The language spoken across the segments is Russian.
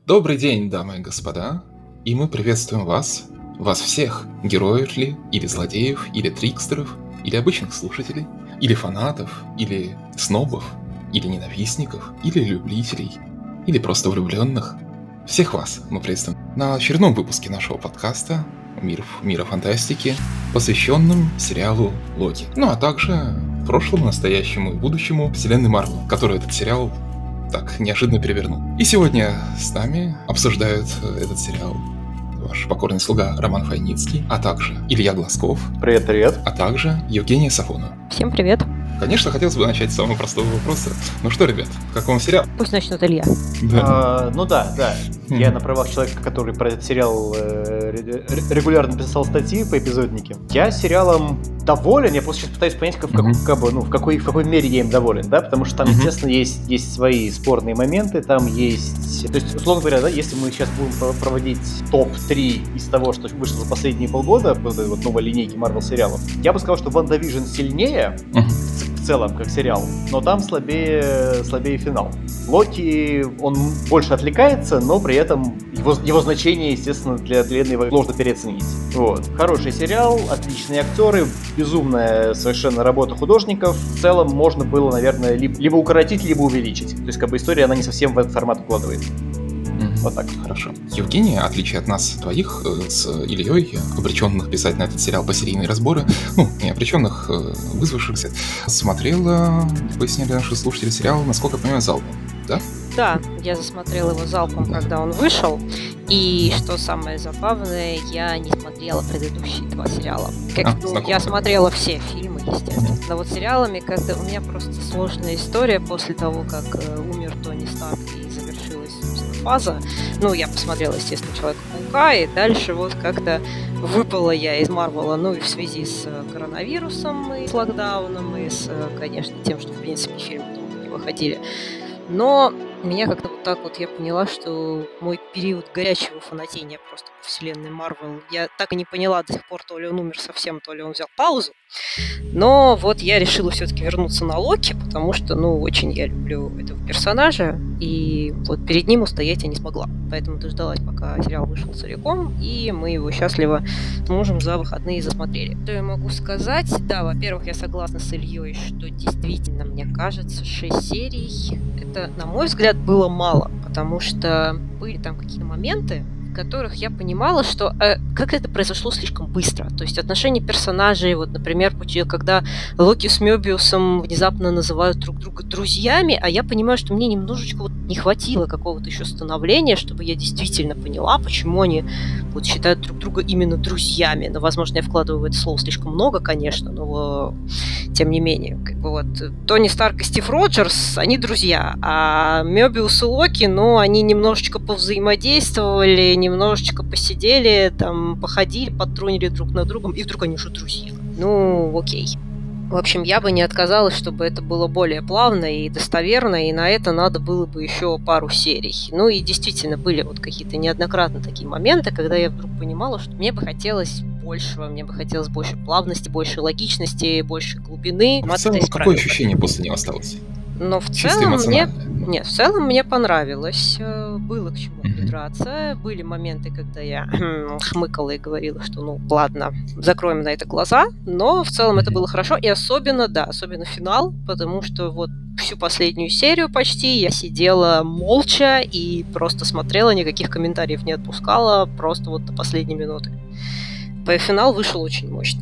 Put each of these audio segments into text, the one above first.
Добрый день, дамы и господа, и мы приветствуем вас всех, героев ли, или злодеев, или трикстеров, или обычных слушателей, или фанатов, или снобов, или ненавистников, или любителей, или просто влюбленных. Всех вас мы приветствуем на очередном выпуске нашего подкаста «Мира фантастики», посвященном сериалу Локи. Ну а также прошлому, настоящему и будущему вселенной Марвел, который этот сериал так неожиданно перевернул. И сегодня с нами обсуждают этот сериал ваш покорный слуга Роман Файницкий, а также Илья Глазков. Привет. А также Евгения Сафонова. Всем привет. Конечно, хотелось бы начать с самого простого вопроса. Ну что, ребят, как вам сериал? Пусть начнет Илья. Да. Да. Я на правах человека, который про этот сериал регулярно писал статьи по эпизоднике. Я сериалом доволен, я просто сейчас пытаюсь понять, в какой мере я им доволен, да, потому что там, естественно, есть свои спорные моменты, там есть... То есть, условно говоря, да, если мы сейчас будем проводить топ-3 из того, что вышло за последние полгода, вот этой вот новой линейки Marvel сериалов, я бы сказал, что WandaVision сильнее, в целом, как сериал, но там слабее финал. Локи, он больше отвлекается, но при этом его значение, естественно, для его сложно переоценить. Вот. Хороший сериал, отличные актеры, безумная совершенно работа художников. В целом можно было, наверное, либо укоротить, либо увеличить. То есть, история, она не совсем в этот формат укладывается. Вот так. Хорошо. Евгения, в отличие от нас двоих, с Ильей, обреченных писать на этот сериал посерийные разборы, не обреченных, вызвавшихся, смотрела, пояснили наши слушатели, сериал, насколько я понимаю, залпом, да? Да, я засмотрела его залпом, когда он вышел. И что самое забавное, я не смотрела предыдущие 2 сериала. Я смотрела все фильмы, естественно. Но вот сериалами как-то у меня просто сложная история после того, как умер Тони Старк и завершилась фаза. Я посмотрела, естественно, Человека-паука, и дальше вот как-то выпала я из Марвела, и в связи с коронавирусом, и с локдауном, и с, конечно, тем, что, в принципе, фильмы долго не выходили. Но меня как-то вот так вот я поняла, что мой период горячего фанатения просто по вселенной Марвел, я так и не поняла до сих пор, то ли он умер совсем, то ли он взял паузу. Но вот я решила все-таки вернуться на Локи, потому что, очень я люблю этого персонажа, и вот перед ним устоять я не смогла. Поэтому дождалась, пока сериал вышел целиком, и мы его счастливо с мужем за выходные засмотрели. Что я могу сказать? Да, во-первых, я согласна с Ильей, что действительно, мне кажется, 6 серий, это, на мой взгляд, было мало, потому что были там какие-то моменты, в которых я понимала, что как это произошло слишком быстро. То есть отношения персонажей, вот, например, когда Локи с Мёбиусом внезапно называют друг друга друзьями, а я понимаю, что мне немножечко не хватило какого-то еще становления, чтобы я действительно поняла, почему они считают друг друга именно друзьями. Возможно, я вкладываю в это слово слишком много, конечно, но тем не менее. Тони Старк и Стив Роджерс, они друзья, а Мёбиус и Локи, они немножечко повзаимодействовали, немножечко посидели, там, походили, подтрунили друг над другом, и вдруг они уже друзья. Окей. В общем, я бы не отказалась, чтобы это было более плавно и достоверно, и на это надо было бы еще пару серий. И действительно, были какие-то неоднократно такие моменты, когда я вдруг понимала, что мне бы хотелось большего, мне бы хотелось больше плавности, больше логичности, больше глубины. В целом, какое ощущение после него осталось? Но в целом мне понравилось. Было к чему придраться. Были моменты, когда я хмыкала и говорила, что ладно, закроем на это глаза. Но в целом это было хорошо. И особенно финал, потому что всю последнюю серию почти я сидела молча и просто смотрела, никаких комментариев не отпускала, просто до последней минуты. Финал вышел очень мощный.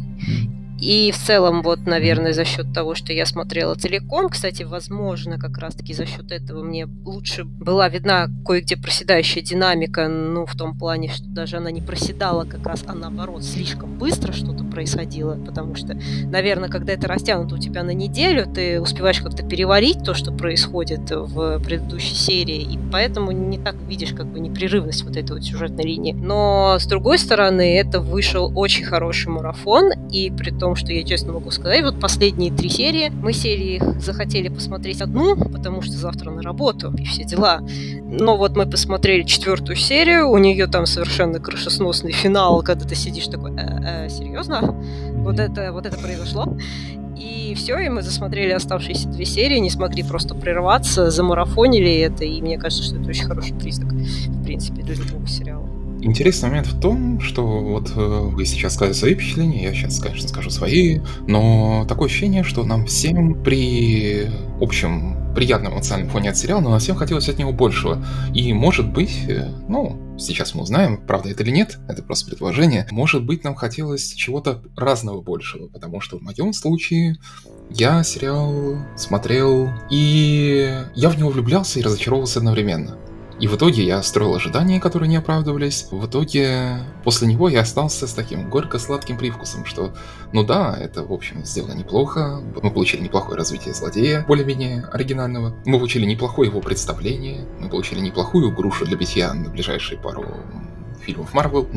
И в целом, наверное, за счет того, что я смотрела целиком, кстати, возможно, как раз-таки за счет этого мне лучше была видна кое-где проседающая динамика, в том плане, что даже она не проседала как раз, а наоборот, слишком быстро что-то происходило, потому что, наверное, когда это растянуто у тебя на неделю, ты успеваешь как-то переварить то, что происходит в предыдущей серии, и поэтому не так видишь непрерывность этой сюжетной линии. Но, с другой стороны, это вышел очень хороший марафон, и при том, что я честно могу сказать, последние 3 серии, мы серии захотели посмотреть одну, потому что завтра на работу и все дела. Но мы посмотрели 4-ю серию, у нее там совершенно крышесносный финал, когда ты сидишь такой, серьезно? Вот это произошло? И и все, и мы засмотрели оставшиеся 2 серии, не смогли просто прерваться, замарафонили это, и мне кажется, что это очень хороший признак, в принципе, для любого сериала. Интересный момент в том, что вот вы сейчас сказали свои впечатления, я сейчас, конечно, скажу свои, но такое ощущение, что нам всем при общем приятном эмоциональном фоне от сериала, но нам всем хотелось от него большего. И, может быть, сейчас мы узнаем, правда это или нет, это просто предположение, может быть, нам хотелось чего-то разного большего, потому что в моем случае я сериал смотрел, и я в него влюблялся и разочаровывался одновременно. И в итоге я строил ожидания, которые не оправдывались. В итоге после него я остался с таким горько-сладким привкусом, что, ну да, это, в общем, сделано неплохо. Мы получили неплохое развитие злодея, более-менее оригинального. Мы получили неплохое его представление. Мы получили неплохую грушу для битья на ближайшие пару фильмов Marvel,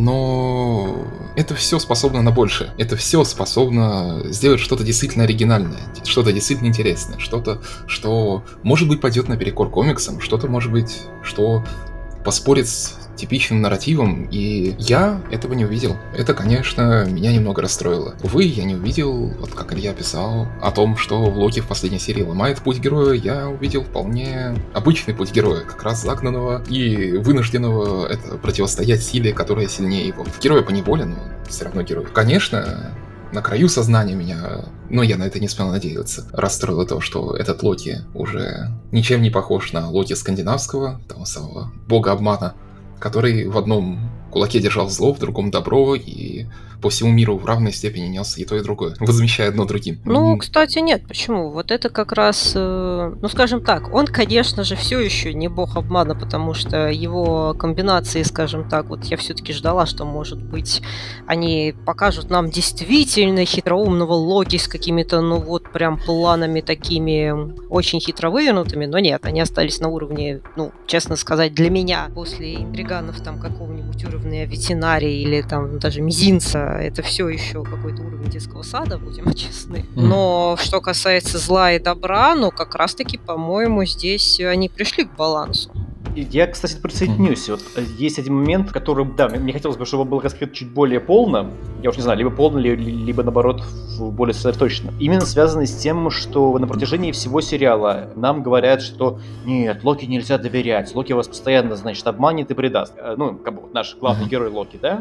но это все способно на больше. Это все способно сделать что-то действительно оригинальное, что-то действительно интересное, что-то, что, может быть, пойдет наперекор комиксам, что-то, может быть, что поспорит с типичным нарративом, и я этого не увидел. Это, конечно, меня немного расстроило. Увы, я не увидел, вот как Илья писал, о том, что Локи в последней серии ломает путь героя, я увидел вполне обычный путь героя, как раз загнанного и вынужденного противостоять силе, которая сильнее его. Герой поневоле, но все равно герой. Конечно, на краю сознания меня, но я на это не смел надеяться, расстроило то, что этот Локи уже ничем не похож на Локи скандинавского, того самого бога обмана, который в одном кулаке держал зло, в другом добро, и по всему миру в равной степени нес и то, и другое, возмещая одно другим. Ну, кстати, нет, почему? Вот это как раз, скажем так, он, конечно же, все еще не бог обмана, потому что его комбинации, скажем так, вот я все-таки ждала, что, может быть, они покажут нам действительно хитроумного Локи с какими-то, прям планами такими очень хитро вывернутыми, но нет, они остались на уровне, честно сказать, для меня, после интриганов там какого-нибудь уровня ветеринария или там даже мизинца, это все еще какой-то уровень детского сада, будем честны. Но что касается зла и добра, как раз-таки, по-моему, здесь они пришли к балансу. Я, кстати, присоединюсь. Вот есть один момент, который, да, мне хотелось бы, чтобы было раскрыто чуть более полно. Я уж не знаю, либо полно, либо наоборот более сосредоточенно. Именно связанный с тем, что на протяжении всего сериала нам говорят, что нет, Локи нельзя доверять. Локи вас постоянно, обманет и предаст. Наш главный герой Локи, да?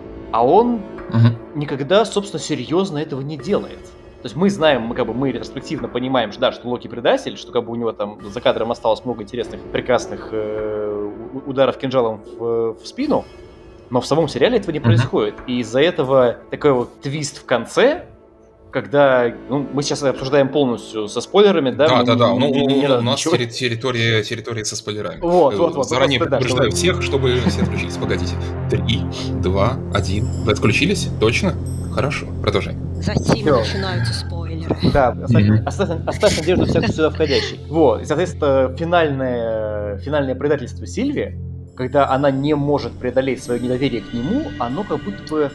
А он никогда, собственно, серьезно этого не делает. То есть мы знаем, мы ретроспективно понимаем, что Локи предатель, что у него там за кадром осталось много интересных, прекрасных ударов кинжалом в спину, но в самом сериале этого не происходит. И из-за этого такой вот твист в конце, когда мы сейчас обсуждаем полностью со спойлерами, да? Да. У нас территория со спойлерами. Вот. Заранее предупреждаю всех, чтобы все отключились. Погодите. 3, 2, 1. Вы отключились? Точно? Хорошо, продолжай. Затем начинаются спойлеры. Да, оставь надежду всякую сюда входящей. Вот, и, соответственно, финальное предательство Сильвии, когда она не может преодолеть свое недоверие к нему, оно как будто бы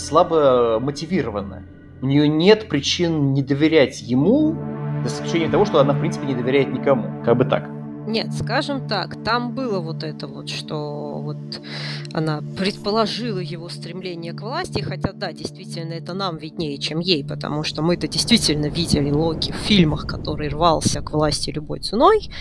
слабо мотивировано. У нее нет причин не доверять ему, за исключением того, что она, в принципе, не доверяет никому. Как бы так. Нет, скажем так, там было вот это вот, что вот она предположила его стремление к власти, хотя, да, действительно, это нам виднее, чем ей, потому что мы-то действительно видели Локи в фильмах, который рвался к власти любой ценой,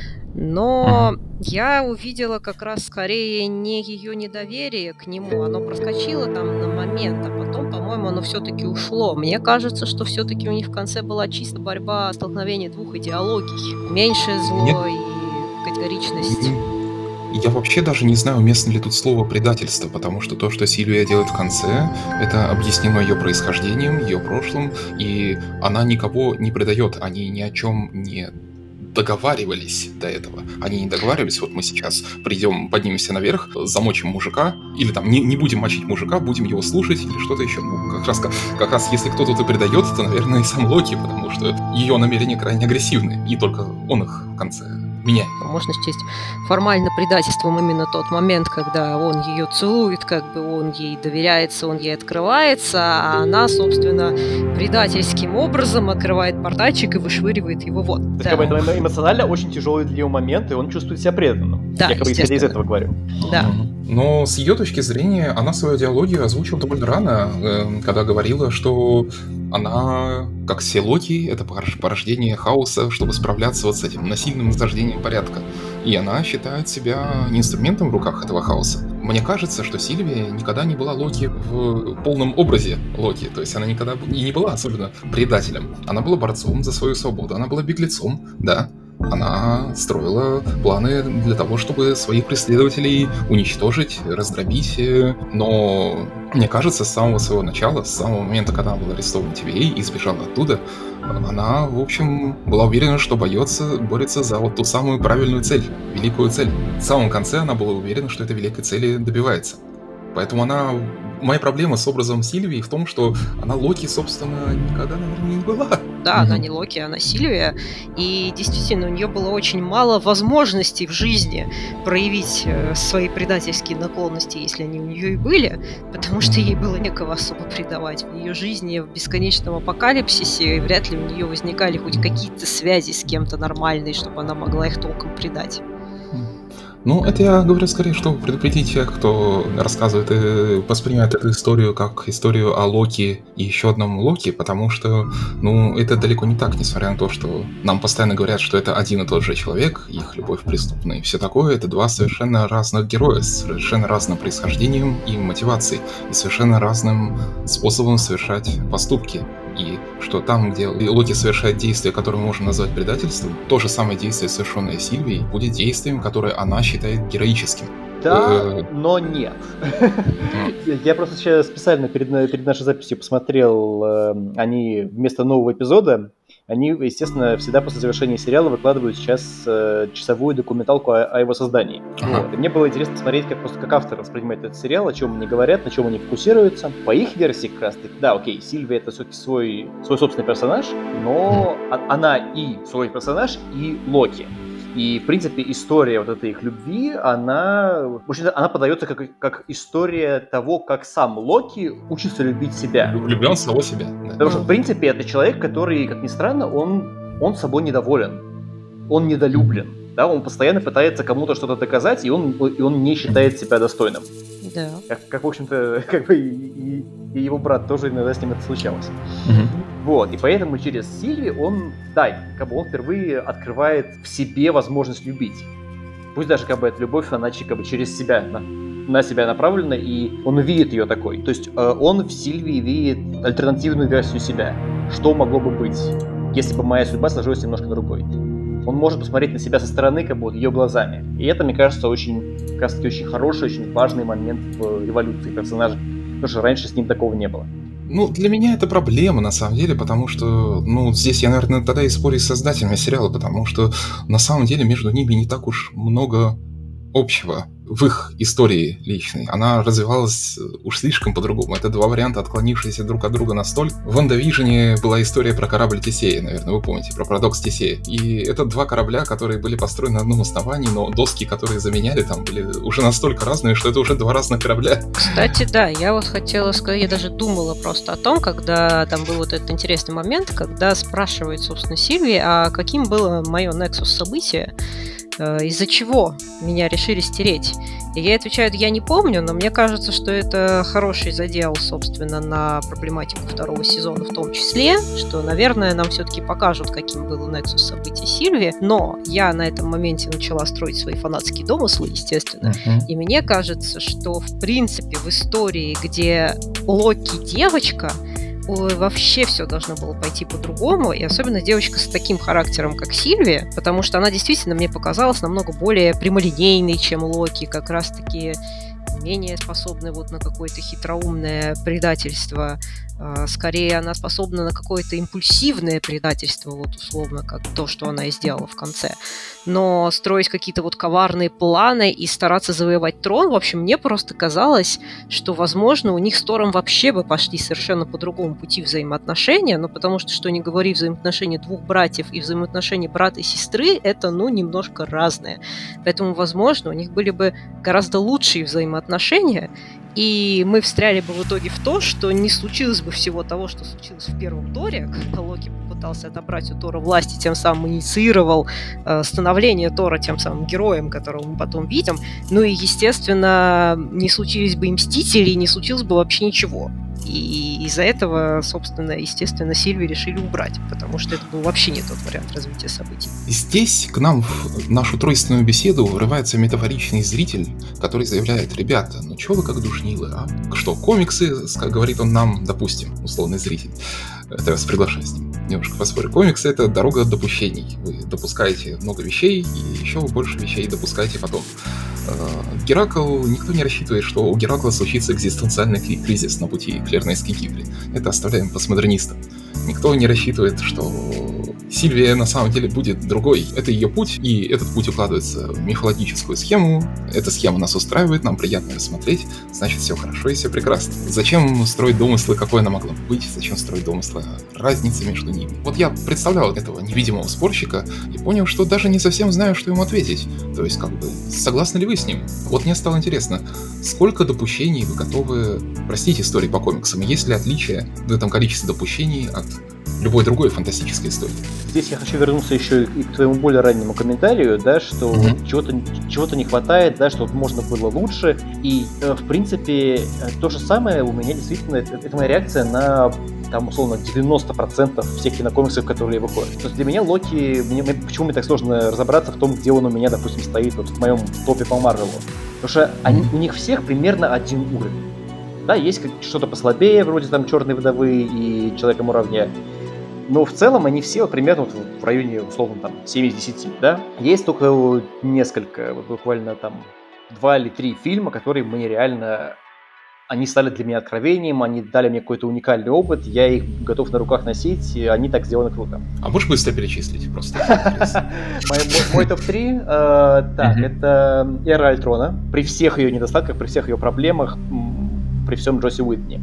но я увидела как раз скорее не ее недоверие к нему, оно проскочило там на момент, а потом, по-моему, оно все-таки ушло. Мне кажется, что все-таки у них в конце была чисто борьба, столкновение двух идеологий. Меньшее зло и категоричность. Я вообще даже не знаю, уместно ли тут слово «предательство», потому что то, что Сильвия делает в конце, это объяснено ее происхождением, ее прошлым, и она никого не предает, они ни о чем не договаривались до этого. Они не договаривались, вот мы сейчас придем, поднимемся наверх, замочим мужика, или там не будем мочить мужика, будем его слушать, или что-то еще. Как раз если кто-то тут и предает, то, наверное, и сам Локи, потому что ее намерения крайне агрессивны, и только он их в конце меняет. Можно счесть формально предательством именно тот момент, когда он ее целует, он ей доверяется, он ей открывается, а она, собственно, предательским образом открывает портальчик и вышвыривает его вот. Да. Это эмоционально очень тяжелый для него момент, и он чувствует себя преданным. Да, я исходя из этого говорю. Да. Но с ее точки зрения, она свою идеологию озвучила довольно рано, когда говорила, что она, как все Локи, это порождение хаоса, чтобы справляться вот с этим насильным насаждением порядка. И она считает себя не инструментом в руках этого хаоса. Мне кажется, что Сильвия никогда не была Локи в полном образе Локи. То есть она никогда и не была особенно предателем. Она была борцом за свою свободу, она была беглецом, да. Она строила планы для того, чтобы своих преследователей уничтожить, раздробить, но мне кажется, с самого своего начала, с самого момента, когда она была арестована TVA и сбежала оттуда, она, в общем, была уверена, что борется за вот ту самую правильную цель, великую цель. В самом конце она была уверена, что этой великой цели добивается. Поэтому моя проблема с образом Сильвии в том, что она Локи, собственно, никогда, наверное, не была. Да, она не Локи, она Сильвия. И действительно, у нее было очень мало возможностей в жизни проявить свои предательские наклонности, если они у нее и были, потому что ей было некого особо предавать. В ее жизни в бесконечном апокалипсисе вряд ли у нее возникали хоть какие-то связи с кем-то нормальные, чтобы она могла их толком предать. Ну, это я говорю скорее, чтобы предупредить тех, кто рассказывает и воспринимает эту историю как историю о Локи и еще одном Локи, потому что, это далеко не так, несмотря на то, что нам постоянно говорят, что это один и тот же человек, их любовь преступная и все такое, это два совершенно разных героя с совершенно разным происхождением и мотивацией, и совершенно разным способом совершать поступки. И что там, где Локи совершает действие, которое мы можем назвать предательством, то же самое действие, совершенное Сильвией, будет действием, которое она считает героическим. Да, но нет. Я просто сейчас специально перед нашей записью посмотрел, они вместо нового эпизода, они, естественно, всегда после завершения сериала выкладывают сейчас часовую документалку о его создании. Вот. И мне было интересно посмотреть, как автор воспринимает этот сериал, о чем они говорят, на чем они фокусируются. По их версии, как раз таки, да, окей, Сильвия — это все-таки свой собственный персонаж, но она и свой персонаж, и Локи. И, в принципе, история вот этой их любви, она подается как история того, как сам Локи учится любить себя. Влюблен в самого себя. Да. Потому что, в принципе, это человек, который, как ни странно, он собой недоволен. Он недолюблен. Да? Он постоянно пытается кому-то что-то доказать, и он не считает себя достойным. Да. Как в общем-то, и его брат тоже иногда с ним это случалось. Вот, и поэтому через Сильви он впервые открывает в себе возможность любить. Пусть даже эта любовь, она через себя, на себя направлена, и он видит ее такой. То есть он в Сильвии видит альтернативную версию себя. Что могло бы быть, если бы моя судьба сложилась немножко другой. Он может посмотреть на себя со стороны, ее глазами. И это, мне кажется, очень хороший, очень важный момент в эволюции персонажа. Потому что раньше с ним такого не было. Для меня это проблема, на самом деле, потому что, здесь я, наверное, тогда и спорю с создателями сериала, потому что, на самом деле, между ними не так уж много общего в их истории личной. Она развивалась уж слишком по-другому. Это два варианта, отклонившиеся друг от друга настолько. В WandaVision была история про корабль Тесея, наверное, вы помните, про парадокс Тесея. И это два корабля, которые были построены на одном основании, но доски, которые заменяли, там были уже настолько разные, что это уже два разных корабля. Кстати, да, я хотела сказать, я даже думала просто о том, когда там был вот этот интересный момент, когда спрашивает, собственно, Сильви, а каким было мое Nexus событие, из-за чего меня решили стереть. И я отвечаю, я не помню, но мне кажется, что это хороший задел, собственно, на проблематику второго сезона в том числе, что, наверное, нам все-таки покажут, каким был Nexus событий Сильви, но я на этом моменте начала строить свои фанатские домыслы, естественно, и мне кажется, что, в принципе, в истории, где Локи девочка, вообще все должно было пойти по-другому, и особенно девочка с таким характером, как Сильвия, потому что она действительно мне показалась намного более прямолинейной, чем Локи, как раз-таки менее способной на какое-то хитроумное предательство. Скорее, она способна на какое-то импульсивное предательство, условно, как то, что она и сделала в конце. Но строить какие-то коварные планы и стараться завоевать трон, в общем, мне просто казалось, что, возможно, у них с Тором вообще бы пошли совершенно по другому пути взаимоотношения, потому что ни говори, взаимоотношения двух братьев и взаимоотношения брата и сестры, это, немножко разное. Поэтому, возможно, у них были бы гораздо лучшие взаимоотношения, и мы встряли бы в итоге в то, что не случилось бы всего того, что случилось в первом Торе, когда Локи попытался отобрать у Тора власть и тем самым инициировал становление Тора тем самым героем, которого мы потом видим. И, естественно, не случились бы и Мстители, и не случилось бы вообще ничего. И из-за этого, собственно, естественно, Сильви решили убрать, потому что это был вообще не тот вариант развития событий. Здесь к нам в нашу тройственную беседу врывается метафоричный зритель, который заявляет: ребята, ну чё вы как душнилы, а? Что, комиксы, говорит он нам, допустим, условный зритель, это я вас приглашаю с ним немножко поспорю, комиксы — это дорога допущений. Вы допускаете много вещей, и еще больше вещей допускаете потом. Геракл, никто не рассчитывает, что у Геракла случится экзистенциальный кризис на пути к Лернейской гибели. Это оставляем постмодернистам. Никто не рассчитывает, что Сильвия на самом деле будет другой. Это ее путь, и этот путь укладывается в мифологическую схему. Эта схема нас устраивает, нам приятно рассмотреть, значит, все хорошо и все прекрасно. Зачем строить домыслы, какой она могла быть? Зачем строить домыслы о разнице между ними? Вот я представлял этого невидимого спорщика и понял, что даже не совсем знаю, что ему ответить. То есть, согласны ли вы с ним? Вот мне стало интересно, сколько допущений вы готовы простить истории по комиксам? Есть ли отличие в этом количестве допущений от любой другой фантастической истории? Здесь я хочу вернуться еще и к твоему более раннему комментарию, да, что чего-то не хватает, да, что можно было лучше. И, в принципе, то же самое у меня действительно, это моя реакция на, там, условно, 90% всех кинокомиксов, которые выходят. То есть для меня Локи, почему мне так сложно разобраться в том, где он у меня, допустим, стоит вот в моем топе по Марвелу. Потому что у них всех примерно один уровень. Да, есть что-то послабее, вроде там Черной вдовы и Человека-муравья. Но в целом они все примерно вот в районе, условно, там, 7 из 10, да? Есть только несколько, вот буквально там 2 или 3 фильма, которые мне реально... Они стали для меня откровением, они дали мне какой-то уникальный опыт, я их готов на руках носить, и они так сделаны круто. А можешь быстро перечислить просто? Мой топ-3, так, это «Эра Альтрона», при всех ее недостатках, при всех ее проблемах, при всем Джосси Уидни.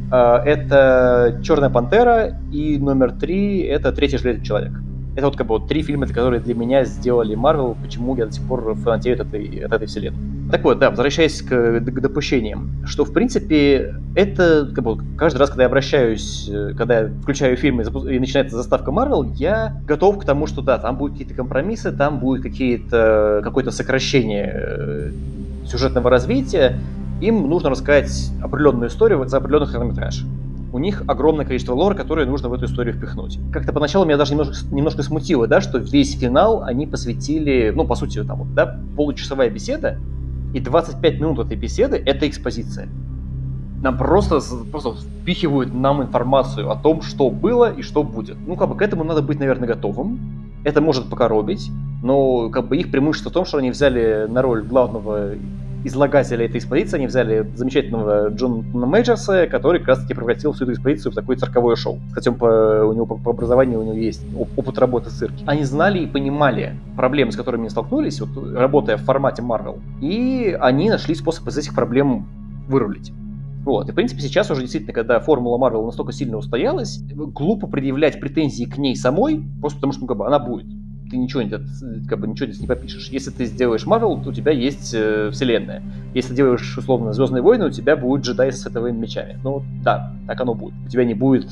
Это «Черная пантера», и номер 3 это «Третий железный человек». Это вот как бы 3 фильма, которые для меня сделали Марвел, почему я до сих пор фанатею от этой вселенной. Так вот, да, возвращаясь к допущениям, что, в принципе, это как бы каждый раз, когда я обращаюсь, когда я включаю фильм и начинается заставка Марвел, я готов к тому, что да, там будут какие-то компромиссы, там будет какое-то сокращение сюжетного развития, им нужно рассказать определенную историю за определенный хронометраж. У них огромное количество лора, которое нужно в эту историю впихнуть. Как-то поначалу меня даже немножко смутило, да, что весь финал они посвятили, ну, по сути, там вот, да, получасовая беседа, и 25 минут этой беседы — это экспозиция. Нам просто впихивают нам информацию о том, что было и что будет. Ну, как бы к этому надо быть, наверное, готовым. Это может покоробить, но как бы их преимущество в том, что они взяли на роль главного излагателя этой экспозиции, они взяли замечательного Джона Мейджерса, который как раз-таки превратил всю эту экспозицию в такое цирковое шоу. Кстати, у него по образованию у него есть опыт работы в цирке. Они знали и понимали проблемы, с которыми они столкнулись, вот, работая в формате Marvel, и они нашли способ из этих проблем вырулить. Вот. И, в принципе, сейчас уже действительно, когда формула Marvel настолько сильно устоялась, глупо предъявлять претензии к ней самой, просто потому что, ну, как бы, она будет. Ты ничего здесь не попишешь. Если ты сделаешь Marvel, то у тебя есть вселенная. Если делаешь, условно, Звездные войны, у тебя будут джедаи с световыми мечами. Ну, да, так оно будет. У тебя не будет,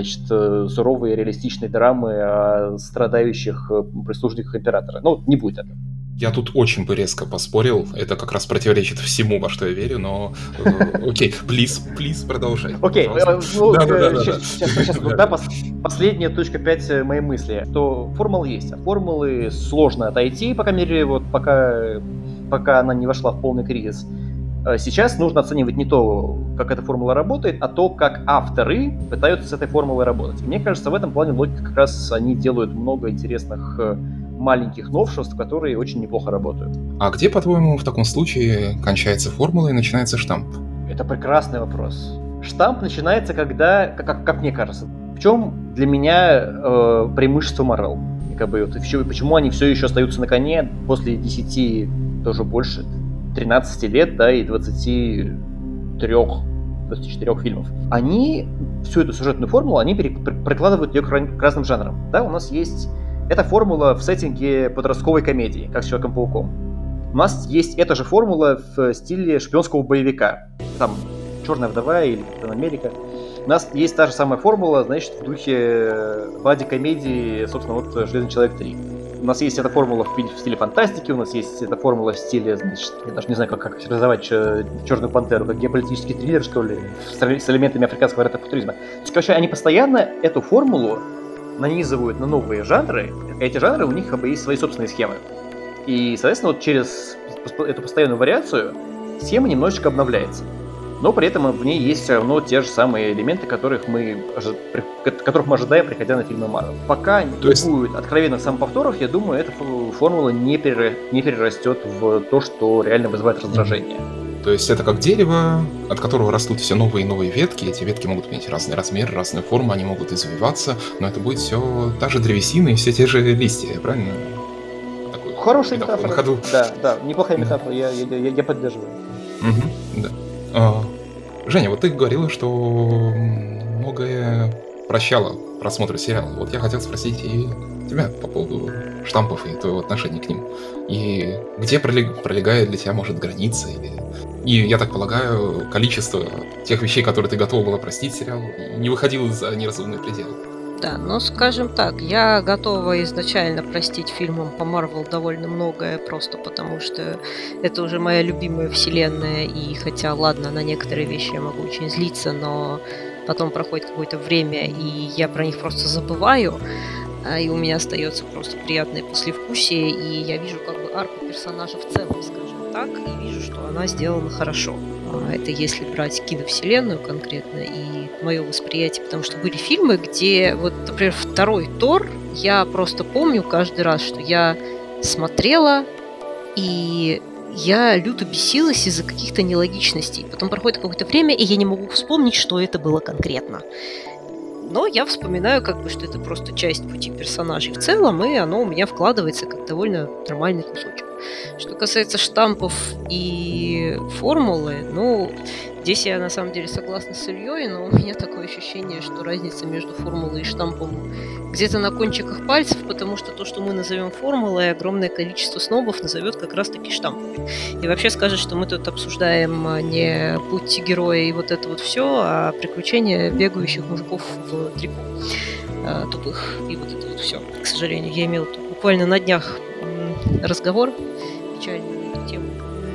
суровой реалистичной драмы о страдающих прислужниках императора. Ну, не будет этого. Я тут очень бы резко поспорил, это как раз противоречит всему, во что я верю, но окей, please, продолжай. Окей, сейчас последняя точка 5 моей мысли, что формула есть, а формулы сложно отойти, по крайней мере, вот пока она не вошла в полный кризис. Сейчас нужно оценивать не то, как эта формула работает, а то, как авторы пытаются с этой формулой работать. И мне кажется, в этом плане логика как раз они делают много интересных маленьких новшеств, которые очень неплохо работают. А где, по-твоему, в таком случае кончается формула и начинается штамп? Это прекрасный вопрос. Штамп начинается, когда, как мне кажется, в чем для меня преимущество Marvel? Почему они все еще остаются на коне после 10, тоже больше, 13 лет, да, и 24 фильмов. Они всю эту сюжетную формулу, они прикладывают ее к разным жанрам. Да, у нас есть эта формула в сеттинге подростковой комедии, как с Человеком-пауком. У нас есть эта же формула в стиле шпионского боевика. Там «Черная вдова» или «Капитан Америка». У нас есть та же самая формула, значит, в духе бади-комедии, собственно, вот «Железный человек 3». у нас есть эта формула в стиле фантастики, у нас есть эта формула в стиле, значит, я даже не знаю, как характеризовать «Черную пантеру», как геополитический триллер, что ли, с элементами африканского ретро-футуризма. То есть, короче, они постоянно эту формулу нанизывают на новые жанры, эти жанры, у них как бы есть свои собственные схемы. И, соответственно, вот через эту постоянную вариацию схема немножечко обновляется. Но при этом в ней есть все равно те же самые элементы, которых мы ожидаем, приходя на фильмы Марвел. Пока не будет откровенных самоповторов, я думаю, эта формула не перерастет в то, что реально вызывает раздражение. То есть это как дерево, от которого растут все новые и новые ветки. Эти ветки могут иметь разный размер, разную форму, они могут извиваться, но это будет все та же древесина и все те же листья, правильно? Такой хорошая метафора. Да, неплохая метафора, я поддерживаю. Да. Женя, вот ты говорила, что многое прощала просмотр сериала. Вот я хотел спросить и тебя по поводу штампов и твоего отношения к ним. И где пролегает для тебя, может, граница? И, я так полагаю, количество тех вещей, которые ты готова была простить сериалу, не выходило за неразумные пределы. Да, ну скажем так, я готова изначально простить фильмам по Марвел довольно многое, просто потому что это уже моя любимая вселенная, и хотя, ладно, на некоторые вещи я могу очень злиться, но потом проходит какое-то время, и я про них просто забываю, и у меня остается просто приятное послевкусие, и я вижу как бы арку персонажа в целом, скажем так, и вижу, что она сделана хорошо. Это если брать киновселенную конкретно и мое восприятие, потому что были фильмы, где, вот, например, второй Тор, я просто помню каждый раз, что я смотрела, и я люто бесилась из-за каких-то нелогичностей. Потом проходит какое-то время, и я не могу вспомнить, что это было конкретно. Но я вспоминаю, как бы, что это просто часть пути персонажей в целом, и оно у меня вкладывается как довольно нормальный кусочек. Что касается штампов и формулы, ну, здесь я на самом деле согласна с Ильей, но у меня такое ощущение, что разница между формулой и штампом где-то на кончиках пальцев, потому что то, что мы назовем формулой, огромное количество снобов назовет как раз-таки штампами. И вообще скажет, что мы тут обсуждаем не путь героя и вот это вот все, а приключения бегающих мужиков в трико тупых и вот это вот все. К сожалению, я имела тут буквально на днях разговор печальный на эту тему.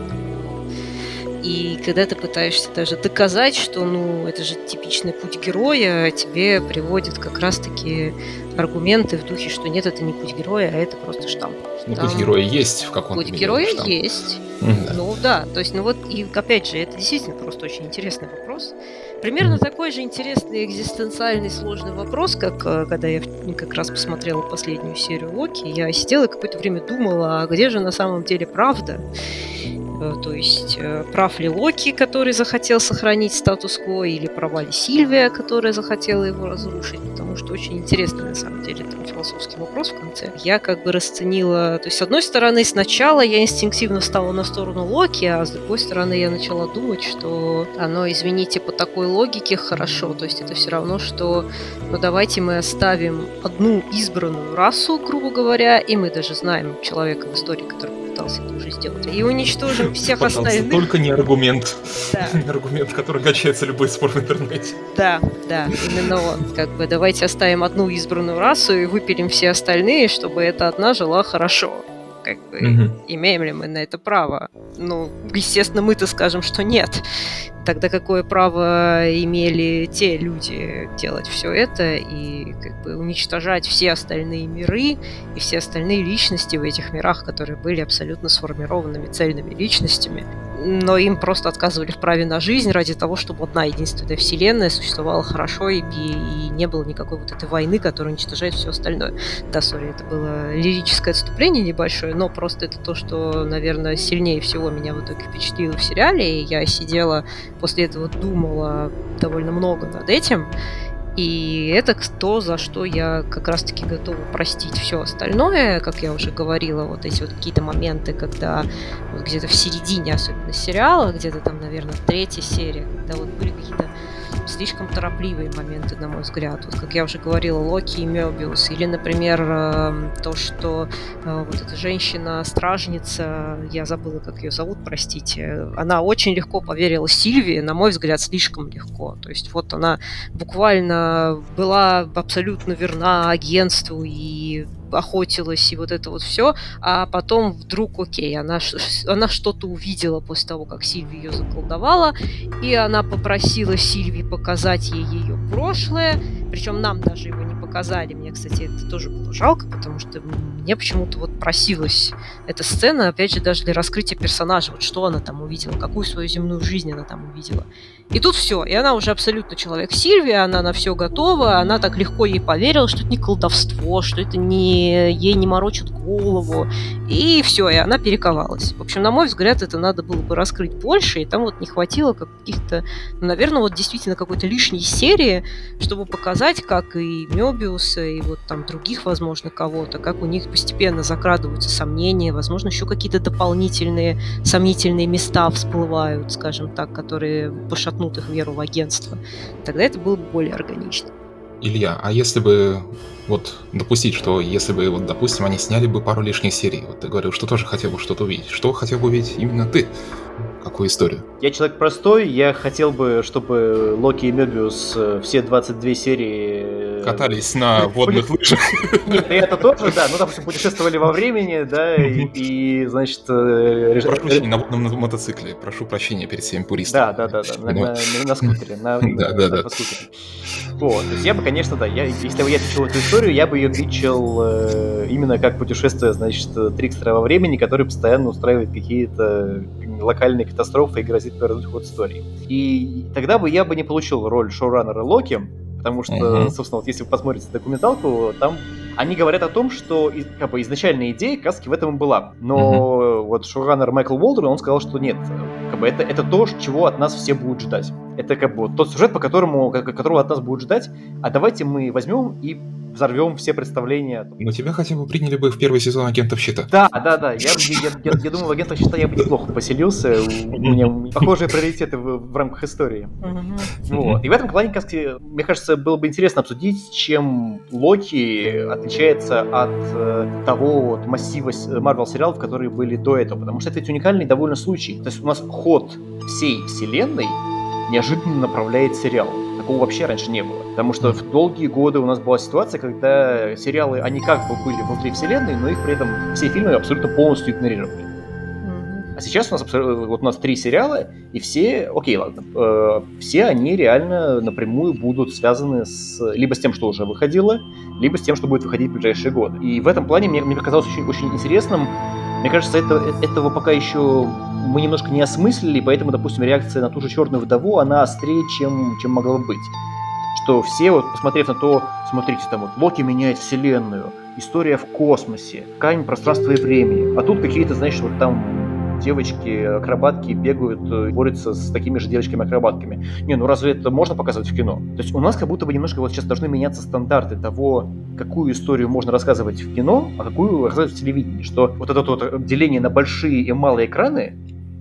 И когда ты пытаешься даже доказать, что, ну, это же типичный путь героя, тебе приводят как раз-таки аргументы в духе, что нет, это не путь героя, а это просто штамп. Ну, путь героя есть в каком-то Путь героя штамп. Есть. Да. Ну да, то есть, ну вот, и опять же, это действительно просто очень интересный вопрос. Примерно такой же интересный экзистенциальный сложный вопрос, как когда я как раз посмотрела последнюю серию Локи, я сидела и какое-то время думала, а где же на самом деле правда? То есть, прав ли Локи, который захотел сохранить статус-кво, или права ли Сильвия, которая захотела его разрушить, потому что очень интересный, на самом деле, там философский вопрос в конце. Я как бы расценила... То есть, с одной стороны, сначала я инстинктивно встала на сторону Локи, а с другой стороны, я начала думать, что оно, извините, по такой логике хорошо. То есть, это все равно, что, ну, давайте мы оставим одну избранную расу, грубо говоря, и мы даже знаем человека в истории, который пытался это уже сделать, и уничтожим всех остальных. Только не аргумент. Да. Не аргумент, который качается любой спор в интернете. Да, именно он. Как бы давайте оставим одну избранную расу и выпилим все остальные, чтобы эта одна жила хорошо. Как бы, имеем ли мы на это право? Ну, естественно, мы-то скажем, что нет. Тогда какое право имели те люди делать все это и как бы уничтожать все остальные миры и все остальные личности в этих мирах, которые были абсолютно сформированными цельными личностями, но им просто отказывали в праве на жизнь ради того, чтобы одна единственная вселенная существовала хорошо и не было никакой вот этой войны, которая уничтожает все остальное. Да, сори, это было лирическое отступление небольшое, но просто это то, что, наверное, сильнее всего меня в итоге впечатлило в сериале, и я сидела после этого думала довольно много над этим, и это то, за что я как раз-таки готова простить все остальное, как я уже говорила, вот эти вот какие-то моменты, когда вот где-то в середине, особенно сериала, где-то там, наверное, в третьей серии, когда вот были какие-то слишком торопливые моменты, на мой взгляд. Вот, как я уже говорила, Локи и Мёбиус. Или, например, то, что вот эта женщина-стражница, я забыла, как ее зовут, простите, она очень легко поверила Сильвии, на мой взгляд, слишком легко. То есть вот она буквально была абсолютно верна агентству и охотилась и вот это вот все, а потом вдруг, окей, она что-то увидела после того, как Сильви ее заколдовала, и она попросила Сильви показать ей ее прошлое, причем нам даже его не показали. Мне, кстати, это тоже было жалко, потому что мне почему-то вот просилась эта сцена, опять же, даже для раскрытия персонажа, вот что она там увидела, какую свою земную жизнь она там увидела. И тут все, и она уже абсолютно человек Сильви, она на все готова, она так легко ей поверила, что это не колдовство, что это ей не морочит голову, и все, и она перековалась. В общем, на мой взгляд, это надо было бы раскрыть больше, и там вот не хватило каких-то, наверное, вот действительно какой-то лишней серии, чтобы показать, как и Мёбиуса, и вот там других, возможно, кого-то, как у них постепенно закрадываются сомнения, возможно, еще какие-то дополнительные сомнительные места всплывают, скажем так, которые пошатнут их веру в агентство. Тогда это было бы более органично. Илья, а если бы вот допустить, что если бы, вот, допустим, они сняли бы пару лишних серий, вот ты говорил, что тоже хотел бы что-то увидеть. Что хотел бы увидеть именно ты? Какую историю? Я человек простой, я хотел бы, чтобы Локи и Мёбиус все 22 серии... Катались на водных лыжах. Нет, это тоже, да, ну, допустим, путешествовали во времени, да, и значит... Прошу прощения, на водном мотоцикле, прошу прощения перед всеми пуристами. Да, на скутере, на скутере. Вот, то есть я бы, конечно, да, если бы я пичил эту историю, я бы ее пичил именно как путешествие, значит, Трикстера во времени, который постоянно устраивает какие-то локальные катастрофы и грозит повернуть ход истории. И тогда бы я бы не получил роль шоураннера Локи, потому что, собственно, вот если вы посмотрите документалку, там они говорят о том, что как бы изначальная идея каски в этом и была. Но вот шоураннер Майкл Уолдерн, он сказал, что нет, как бы это то, чего от нас все будут ждать. Это как бы вот тот сюжет, которого от нас будут ждать, а давайте мы возьмем и взорвем все представления. Но тебя хотя бы приняли бы в первый сезон «Агентов Щита». Да. Я думаю, в «Агентах Щита» я бы неплохо поселился. У меня похожие приоритеты в рамках истории. Вот. И в этом плане, мне кажется, было бы интересно обсудить, чем Локи отличается от того вот массива Марвел-сериалов, которые были до этого. Потому что это ведь уникальный довольно случай. То есть у нас ход всей вселенной неожиданно направляет сериал. Такого вообще раньше не было. Потому что в долгие годы у нас была ситуация, когда сериалы, они как бы были внутри вселенной, но их при этом все фильмы абсолютно полностью игнорировали. А сейчас у нас 3 сериала, и все, все они реально напрямую будут связаны либо с тем, что уже выходило, либо с тем, что будет выходить в ближайшие годы. И в этом плане мне показалось очень интересным. Мне кажется, этого пока еще мы немножко не осмыслили, поэтому, допустим, реакция на ту же «Черную вдову», она острее, чем могла бы быть. Что все, вот, посмотрев на то, смотрите, там вот Локи меняет вселенную, история в космосе, ткань пространства и времени, а тут какие-то, знаешь, вот там девочки-акробатки бегают, борются с такими же девочками-акробатками. Ну разве это можно показывать в кино? То есть у нас как будто бы немножко вот сейчас должны меняться стандарты того, какую историю можно рассказывать в кино, а какую рассказывать в телевидении. Что вот это вот деление на большие и малые экраны,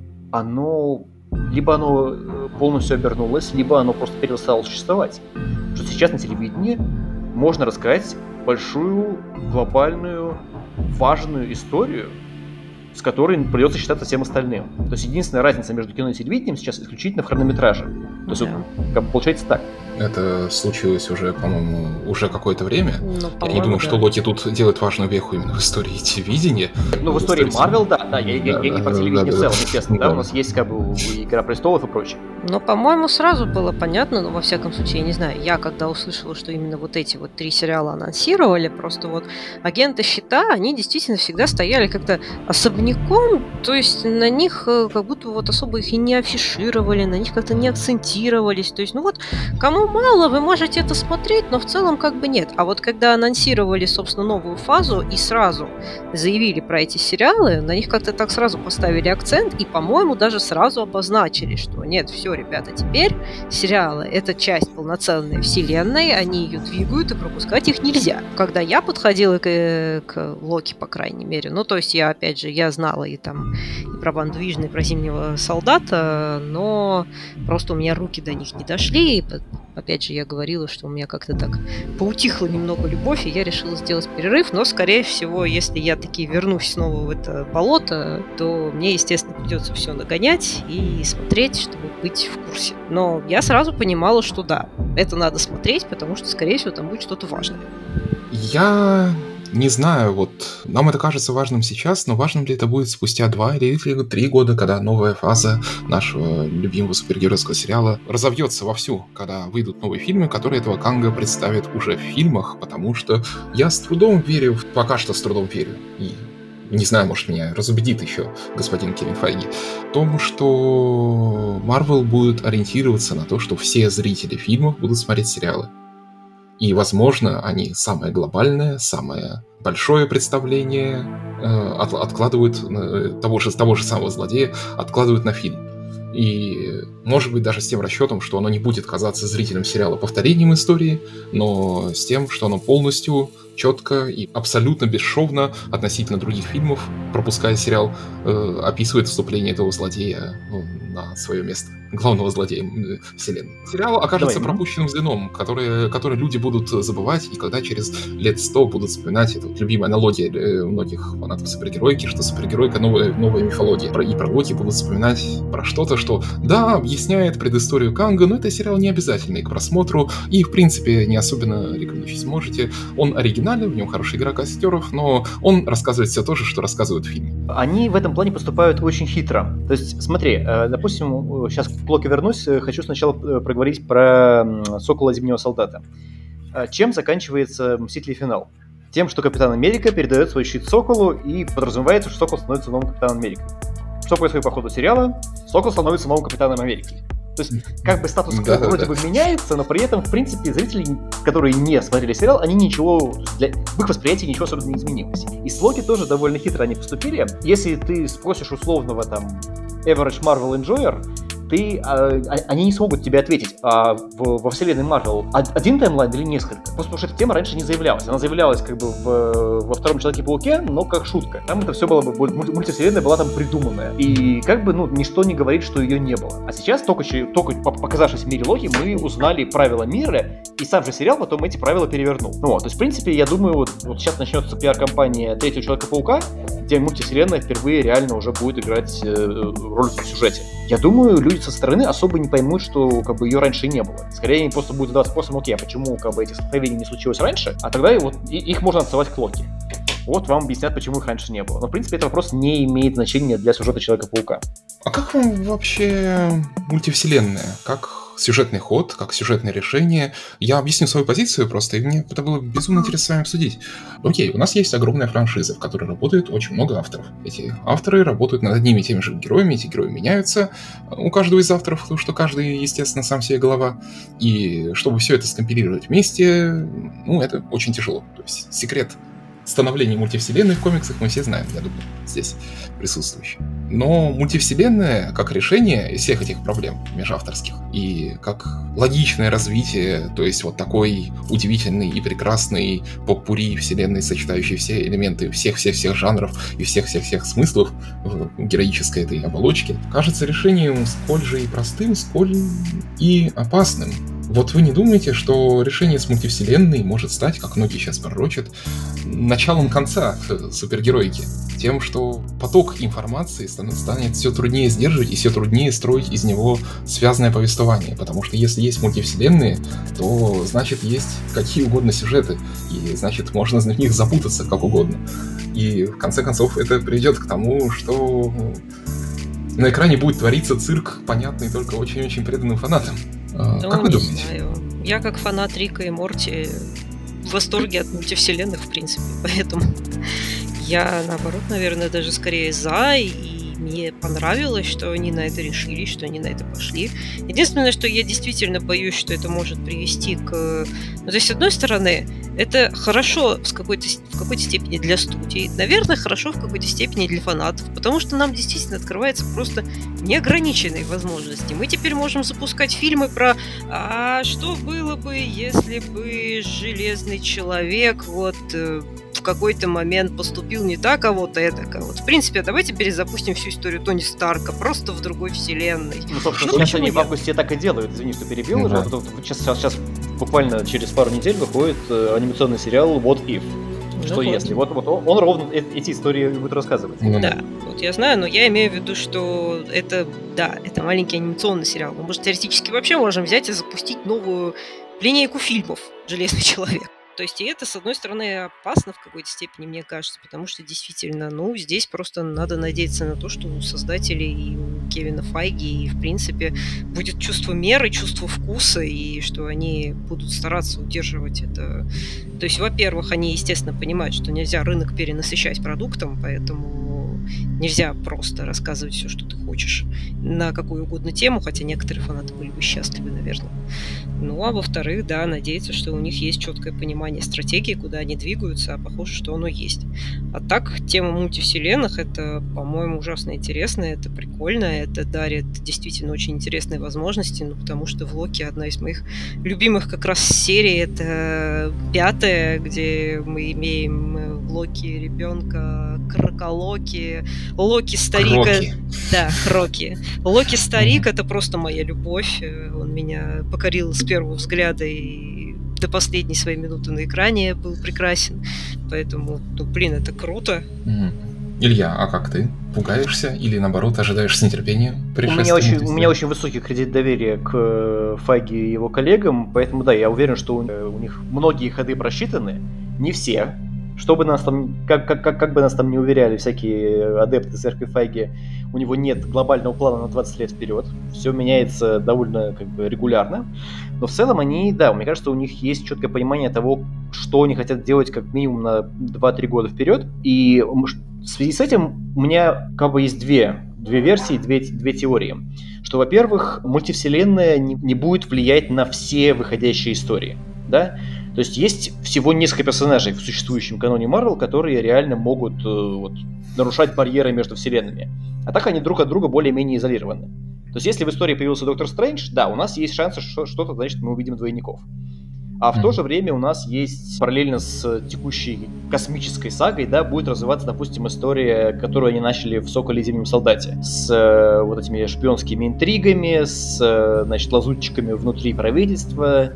либо оно полностью обернулось, либо оно просто перестало существовать. Что сейчас на телевидении можно рассказать большую, глобальную, важную историю, с которой придется считаться всем остальным. То есть единственная разница между кино и телевидением сейчас исключительно в хронометраже. То есть как бы получается так. Это случилось уже, по-моему, уже какое-то время. Я не думаю, что Локи тут делает важную веху именно в истории телевидения. В истории Марвел, да. Я не про телевидение в целом, естественно. Да, у нас есть как бы «Игра престолов» и прочее. Но, по-моему, сразу было понятно, но во всяком случае, я не знаю, я когда услышала, что именно вот эти вот 3 сериала анонсировали, просто вот «Агенты Щита», они действительно всегда стояли как-то особняком, то есть на них как будто вот особо их и не афишировали, на них как-то не акцентировались, то есть, кому мало, вы можете это смотреть, но в целом как бы нет. А вот когда анонсировали, собственно, новую фазу и сразу заявили про эти сериалы, на них как-то так сразу поставили акцент и, по-моему, даже сразу обозначили, что нет, все, ребята, теперь сериалы — это часть полноценной вселенной, они ее двигают, и пропускать их нельзя. Когда я подходила к Локи, по крайней мере, то есть я, опять же, я знала и про Ван Движн, и про Зимнего солдата, но просто у меня руки до них не дошли, и опять же, я говорила, что у меня как-то так поутихла немного любовь, и я решила сделать перерыв, но, скорее всего, если я таки вернусь снова в это болото, то мне, естественно, придется все нагонять и смотреть, чтобы быть в курсе. Но я сразу понимала, что да, это надо смотреть, потому что, скорее всего, там будет что-то важное. Я Не знаю, вот нам это кажется важным сейчас, но важным ли это будет спустя 2 или 3 года, когда новая фаза нашего любимого супергеройского сериала разовьется вовсю, когда выйдут новые фильмы, которые этого Канга представят уже в фильмах, потому что я с трудом верю, пока что с трудом верю, и не знаю, может, меня разубедит еще господин Кевин Файги, в том, что Marvel будет ориентироваться на то, что все зрители фильмов будут смотреть сериалы. И, возможно, они самое глобальное, самое большое представление откладывают, того же самого злодея откладывают на фильм. И, может быть, даже с тем расчетом, что оно не будет казаться зрителям сериала повторением истории, но с тем, что оно полностью, четко и абсолютно бесшовно относительно других фильмов, пропуская сериал, описывает вступление этого злодея на свое место. Главного злодея вселенной. Сериал окажется пропущенным звеном, который люди будут забывать, и когда через лет 100 будут вспоминать, это вот любимая аналогия многих фанатов супергеройки, что супергеройка новая мифология. И про Локи будут вспоминать про что-то, что да, объясняет предысторию Канга, но это сериал не обязательный к просмотру, и в принципе не особенно рекомендую, если сможете. Он оригинален, в нем хорошая игра актеров, но он рассказывает все то же, что рассказывают в фильме. Они в этом плане поступают очень хитро. То есть, смотри, допустим, сейчас к Локи вернусь, хочу сначала проговорить про Сокола Зимнего Солдата. Чем заканчивается «Мстители. Финал»? Тем, что Капитан Америка передает свой щит Соколу, и подразумевается, что Сокол становится новым Капитаном Америки. Что происходит по ходу сериала? Сокол становится новым Капитаном Америки. То есть, как бы статус-кво вроде бы меняется, но при этом, в принципе, зрители, которые не смотрели сериал, они ничего, в их восприятии ничего особенно не изменилось. И с Локи тоже довольно хитро они поступили. Если ты спросишь условного там average Marvel enjoyer, они не смогут тебе ответить, во вселенной Marvel один таймлайн или несколько. Просто потому что эта тема раньше не заявлялась. Она заявлялась как бы во втором Человеке-пауке, но как шутка. Там это все было бы, мультивселенная была там придуманная. И как бы, ничто не говорит, что ее не было. А сейчас, только показавшись в мире Локи, мы узнали правила мира, и сам же сериал потом эти правила перевернул. То есть, в принципе, я думаю, вот сейчас начнется пиар-компания третьего Человека-паука, где мультивселенная впервые реально уже будет играть роль в сюжете. Я думаю, люди со стороны особо не поймут, что как бы ее раньше не было. Скорее, они просто будут задаваться вопросом, окей, а почему как бы этих столкновений не случилось раньше, а тогда их можно отсылать к Локи. Вот вам объяснят, почему их раньше не было. Но, в принципе, этот вопрос не имеет значения для сюжета Человека-паука. А как вам вообще мультивселенная? Как сюжетный ход, как сюжетное решение? Я объясню свою позицию просто, и мне это было безумно интересно с вами обсудить. Окей, у нас есть огромная франшиза, в которой работает очень много авторов. Эти авторы работают над одними и теми же героями, эти герои меняются у каждого из авторов, потому что каждый, естественно, сам себе голова. И чтобы все это скомпилировать вместе, это очень тяжело. То есть секрет становления мультивселенной в комиксах мы все знаем, я думаю, здесь присутствующие. Но мультивселенная как решение всех этих проблем межавторских и как логичное развитие, то есть вот такой удивительный и прекрасный поппури вселенной, сочетающий все элементы всех жанров и всех смыслов в героической этой оболочке, кажется решением сколь же и простым, сколь и опасным. Вот вы не думаете, что решение с мультивселенной может стать, как многие сейчас пророчат, началом конца супергероики? Тем, что поток информации станет все труднее сдерживать и все труднее строить из него связанное повествование. Потому что если есть мультивселенные, то значит есть какие угодно сюжеты. И значит можно в них запутаться как угодно. И в конце концов это приведет к тому, что на экране будет твориться цирк, понятный только очень-очень преданным фанатам. Как вы думаете? Знаю. Я как фанат Рика и Морти в восторге от мультивселенных, в принципе, поэтому я, наоборот, наверное, даже скорее за, и мне понравилось, что они на это решили, что они на это пошли. Единственное, что я действительно боюсь, что это может привести к... то есть, с одной стороны, это хорошо в какой-то степени для студий, наверное, хорошо в какой-то степени для фанатов, потому что нам действительно открывается просто неограниченные возможности. Мы теперь можем запускать фильмы про что было бы, если бы Железный Человек в какой-то момент поступил не так, а вот это. Вот, в принципе, давайте перезапустим всю историю Тони Старка, просто в другой вселенной. Собственно, сейчас они в августе так и делают. Извини, что перебил уже. Сейчас буквально через пару недель выходит анимационный сериал What If? Что если? Вот он ровно эти истории будет рассказывать. Да, вот я знаю, но я имею в виду, что это маленький анимационный сериал. Мы, может, теоретически вообще можем взять и запустить новую линейку фильмов «Железный человек». То есть и это, с одной стороны, опасно в какой-то степени, мне кажется, потому что действительно, здесь просто надо надеяться на то, что у создателей и у Кевина Файги, и, в принципе, будет чувство меры, чувство вкуса, и что они будут стараться удерживать это. То есть, во-первых, они, естественно, понимают, что нельзя рынок перенасыщать продуктом, поэтому нельзя просто рассказывать все, что ты хочешь на какую угодно тему, хотя некоторые фанаты были бы счастливы, наверное. А во-вторых, да, надеяться, что у них есть четкое понимание стратегии, куда они двигаются, а похоже, что оно есть. А так, тема мультивселенных, это, по-моему, ужасно интересно, это прикольно, это дарит действительно очень интересные возможности, потому что в Локи одна из моих любимых как раз серий, это 5-я, где мы имеем в Локи ребенка Кроколоки, Локи старика. Да, Кроки. Локи старик, это просто моя любовь, он меня покорил с первого взгляда и до последней своей минуты на экране был прекрасен. Поэтому, это круто. Илья, а как ты? Пугаешься или, наоборот, ожидаешь с нетерпением пришествия? У меня очень высокий кредит доверия к Файги и его коллегам, поэтому, да, я уверен, что у них многие ходы просчитаны, не все. Что бы нас там, как бы нас там не уверяли всякие адепты церкви Файги, у него нет глобального плана на 20 лет вперед. Все меняется довольно регулярно. Но в целом мне кажется, у них есть четкое понимание того, что они хотят делать как минимум на 2-3 года вперед. И в связи с этим у меня есть две версии, две теории. Что, во-первых, мультивселенная не будет влиять на все выходящие истории. Да? То есть всего несколько персонажей в существующем каноне Marvel, которые реально могут нарушать барьеры между вселенными. А так они друг от друга более-менее изолированы. То есть если в истории появился Доктор Стрэндж, да, у нас есть шанс, что что-то, значит, мы увидим двойников. А в то же время у нас есть параллельно с текущей космической сагой, да, будет развиваться, допустим, история, которую они начали в «Соколе и Зимнем солдате. С этими шпионскими интригами, с, лазутчиками внутри правительства,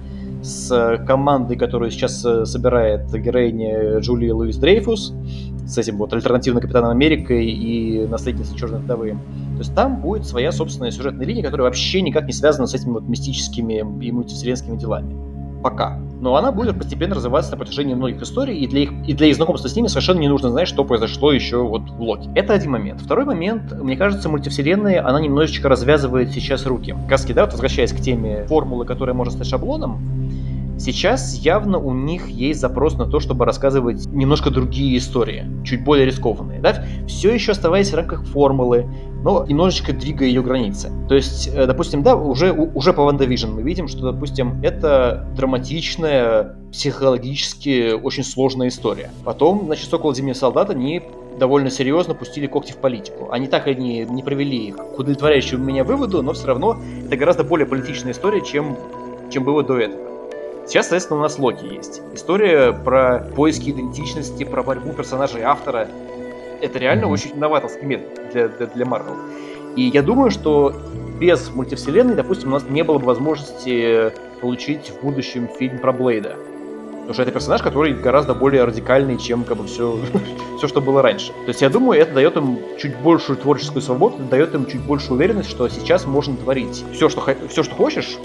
с командой, которую сейчас собирает героиня Джулия Луис Дрейфус, с этим альтернативным Капитаном Америкой и наследницей Черной Вдовы. То есть там будет своя собственная сюжетная линия, которая вообще никак не связана с этими мистическими и мультивселенскими делами. Пока. Но она будет постепенно развиваться на протяжении многих историй, и для их знакомства с ними совершенно не нужно знать, что произошло еще в Локи. Это один момент. Второй момент, мне кажется, мультивселенная, она немножечко развязывает сейчас руки. Возвращаясь к теме формулы, которая может стать шаблоном, сейчас явно у них есть запрос на то, чтобы рассказывать немножко другие истории, чуть более рискованные. Да? Все еще оставаясь в рамках формулы, но немножечко двигая ее границы. То есть, допустим, уже по WandaVision мы видим, что, допустим, это драматичная, психологически очень сложная история. Потом, «Сокол и Зимний солдат» они довольно серьезно пустили когти в политику. Они так и не привели к удовлетворяющему меня выводу, но все равно это гораздо более политичная история, чем было до этого. Сейчас, соответственно, у нас Локи есть. История про поиски идентичности, про борьбу персонажей автора. Это реально очень новаторский метод для Marvel. И я думаю, что без мультивселенной, допустим, у нас не было бы возможности получить в будущем фильм про Блейда. Потому что это персонаж, который гораздо более радикальный, чем все, что было раньше. То есть я думаю, это дает им чуть большую творческую свободу, дает им чуть большую уверенность, что сейчас можно творить все, что хочешь,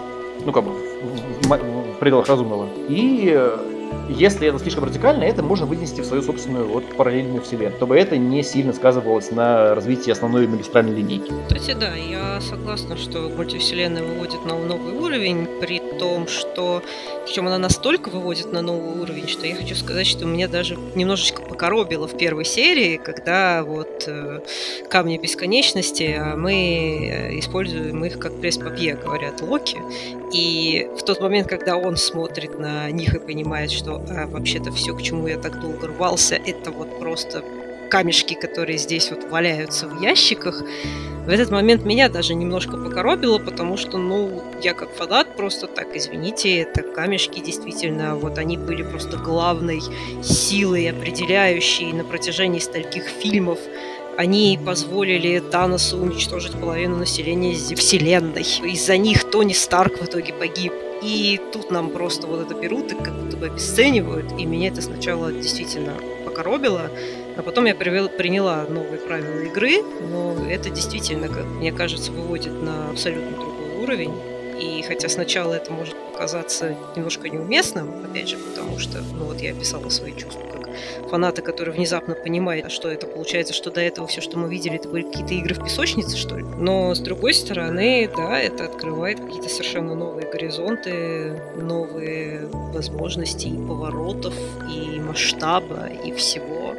в пределах разумного. И если это слишком радикально, это можно вынести в свою собственную параллельную вселенную, чтобы это не сильно сказывалось на развитии основной магистральной линейки. Кстати, да, я согласна, что мультивселенная выводит на новый уровень, при том, что причем она настолько выводит на новый уровень, что я хочу сказать, что меня даже немножечко покоробило в первой серии, когда камни бесконечности, а мы используем их как пресс-папье, говорят Локи. И в тот момент, когда он смотрит на них и понимает, что вообще-то все, к чему я так долго рвался, это просто камешки, которые здесь валяются в ящиках, в этот момент меня даже немножко покоробило, потому что, я как фанат просто так, извините, это камешки действительно, они были просто главной силой, определяющей на протяжении стольких фильмов. Они позволили Таносу уничтожить половину населения вселенной. Из-за них Тони Старк в итоге погиб. И тут нам просто это берут и как будто бы обесценивают. И меня это сначала действительно покоробило. А потом я приняла новые правила игры. Но это действительно, как мне кажется, выводит на абсолютно другой уровень. И хотя сначала это может показаться немножко неуместным, опять же, потому что, ну вот я описала свои чувства как фаната, который внезапно понимает, что это получается, что до этого все, что мы видели, это были какие-то игры в песочнице, что ли. Но с другой стороны, да, это открывает какие-то совершенно новые горизонты, новые возможности и поворотов, и масштаба, и всего.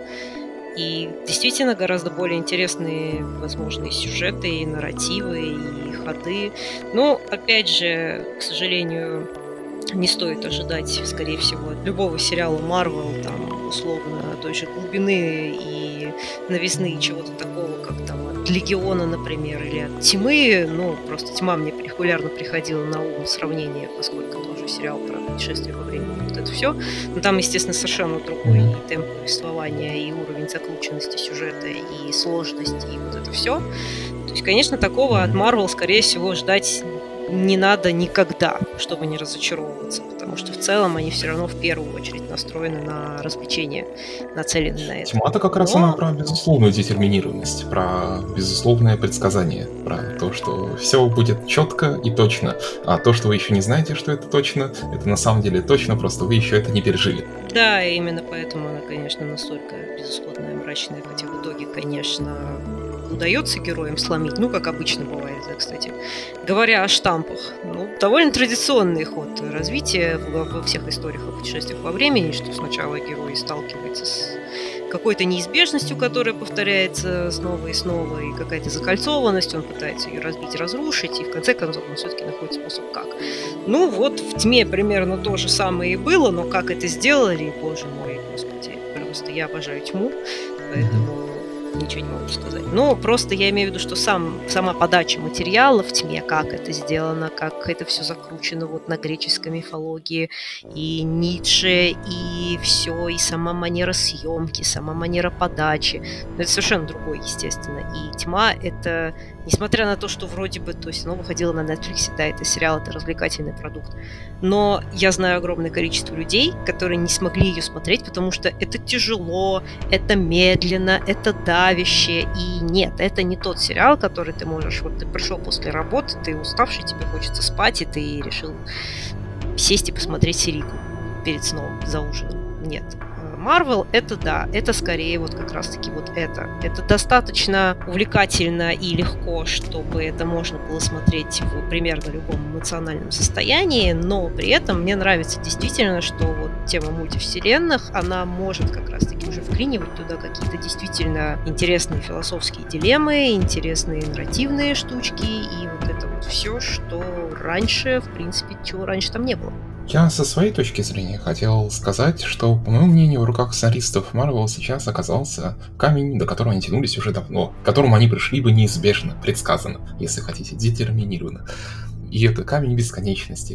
И действительно гораздо более интересные возможные сюжеты, и нарративы, и ходы. Но, опять же, к сожалению, не стоит ожидать, скорее всего, от любого сериала Marvel, там, условно, той же глубины и новизны чего-то такого, как там от Легиона, например, или от Тьмы. Ну, просто Тьма мне регулярно приходила на ум сравнение, поскольку тоже сериал про путешествие во времени, вот это все. Но там, естественно, совершенно другой и темп повествования, и уровень закрученности сюжета, и сложность, и вот это все. То есть, конечно, такого от Marvel, скорее всего, ждать не надо никогда, чтобы не разочаровываться, потому что в целом они все равно в первую очередь настроены на развлечение, нацелены на это. Тьма-то как раз она про безусловную детерминированность, про безусловное предсказание, про то, что все будет четко и точно, а то, что вы еще не знаете, что это точно, это на самом деле точно, просто вы еще это не пережили. Да, именно поэтому она, конечно, настолько безусловная, мрачная, хотя в итоге, конечно, удается героям сломить, ну, как обычно бывает, да, кстати. Говоря о штампах, ну, довольно традиционный ход развития во всех историях о путешествиях во времени, что сначала герой сталкивается с какой-то неизбежностью, которая повторяется снова и снова, и какая-то закольцованность, он пытается ее разбить, разрушить, и в конце концов он все-таки находит способ как. Ну, вот в «Тьме» примерно то же самое и было, но как это сделали, боже мой, господи, просто я обожаю «Тьму», поэтому ничего не могу сказать. Но просто я имею в виду, что сама подача материала в «Тьме», как это сделано, как это все закручено вот на греческой мифологии, и Ницше, и все, и сама манера съемки, сама манера подачи. Но это совершенно другое, естественно. И «Тьма» — это, несмотря на то, что вроде бы, то есть, выходила на Netflix, да, это сериал, это развлекательный продукт. Но я знаю огромное количество людей, которые не смогли ее смотреть, потому что это тяжело, это медленно, это давяще. И нет, это не тот сериал, который ты можешь... Вот ты пришел после работы, ты уставший, тебе хочется спать, и ты решил сесть и посмотреть серийку перед сном за ужином. Нет. Marvel — это да, это скорее вот как раз-таки вот это. Это достаточно увлекательно и легко, чтобы это можно было смотреть в примерно любом эмоциональном состоянии, но при этом мне нравится действительно, что вот тема мультивселенных, она может как раз-таки уже вклинивать туда какие-то действительно интересные философские дилеммы, интересные нарративные штучки и вот это вот все, что раньше, в принципе, чего раньше там не было. Я со своей точки зрения хотел сказать, что, по моему мнению, в руках сценаристов Marvel сейчас оказался камень, до которого они тянулись уже давно, к которому они пришли бы неизбежно, предсказано, если хотите, детерминированно. И это камень бесконечности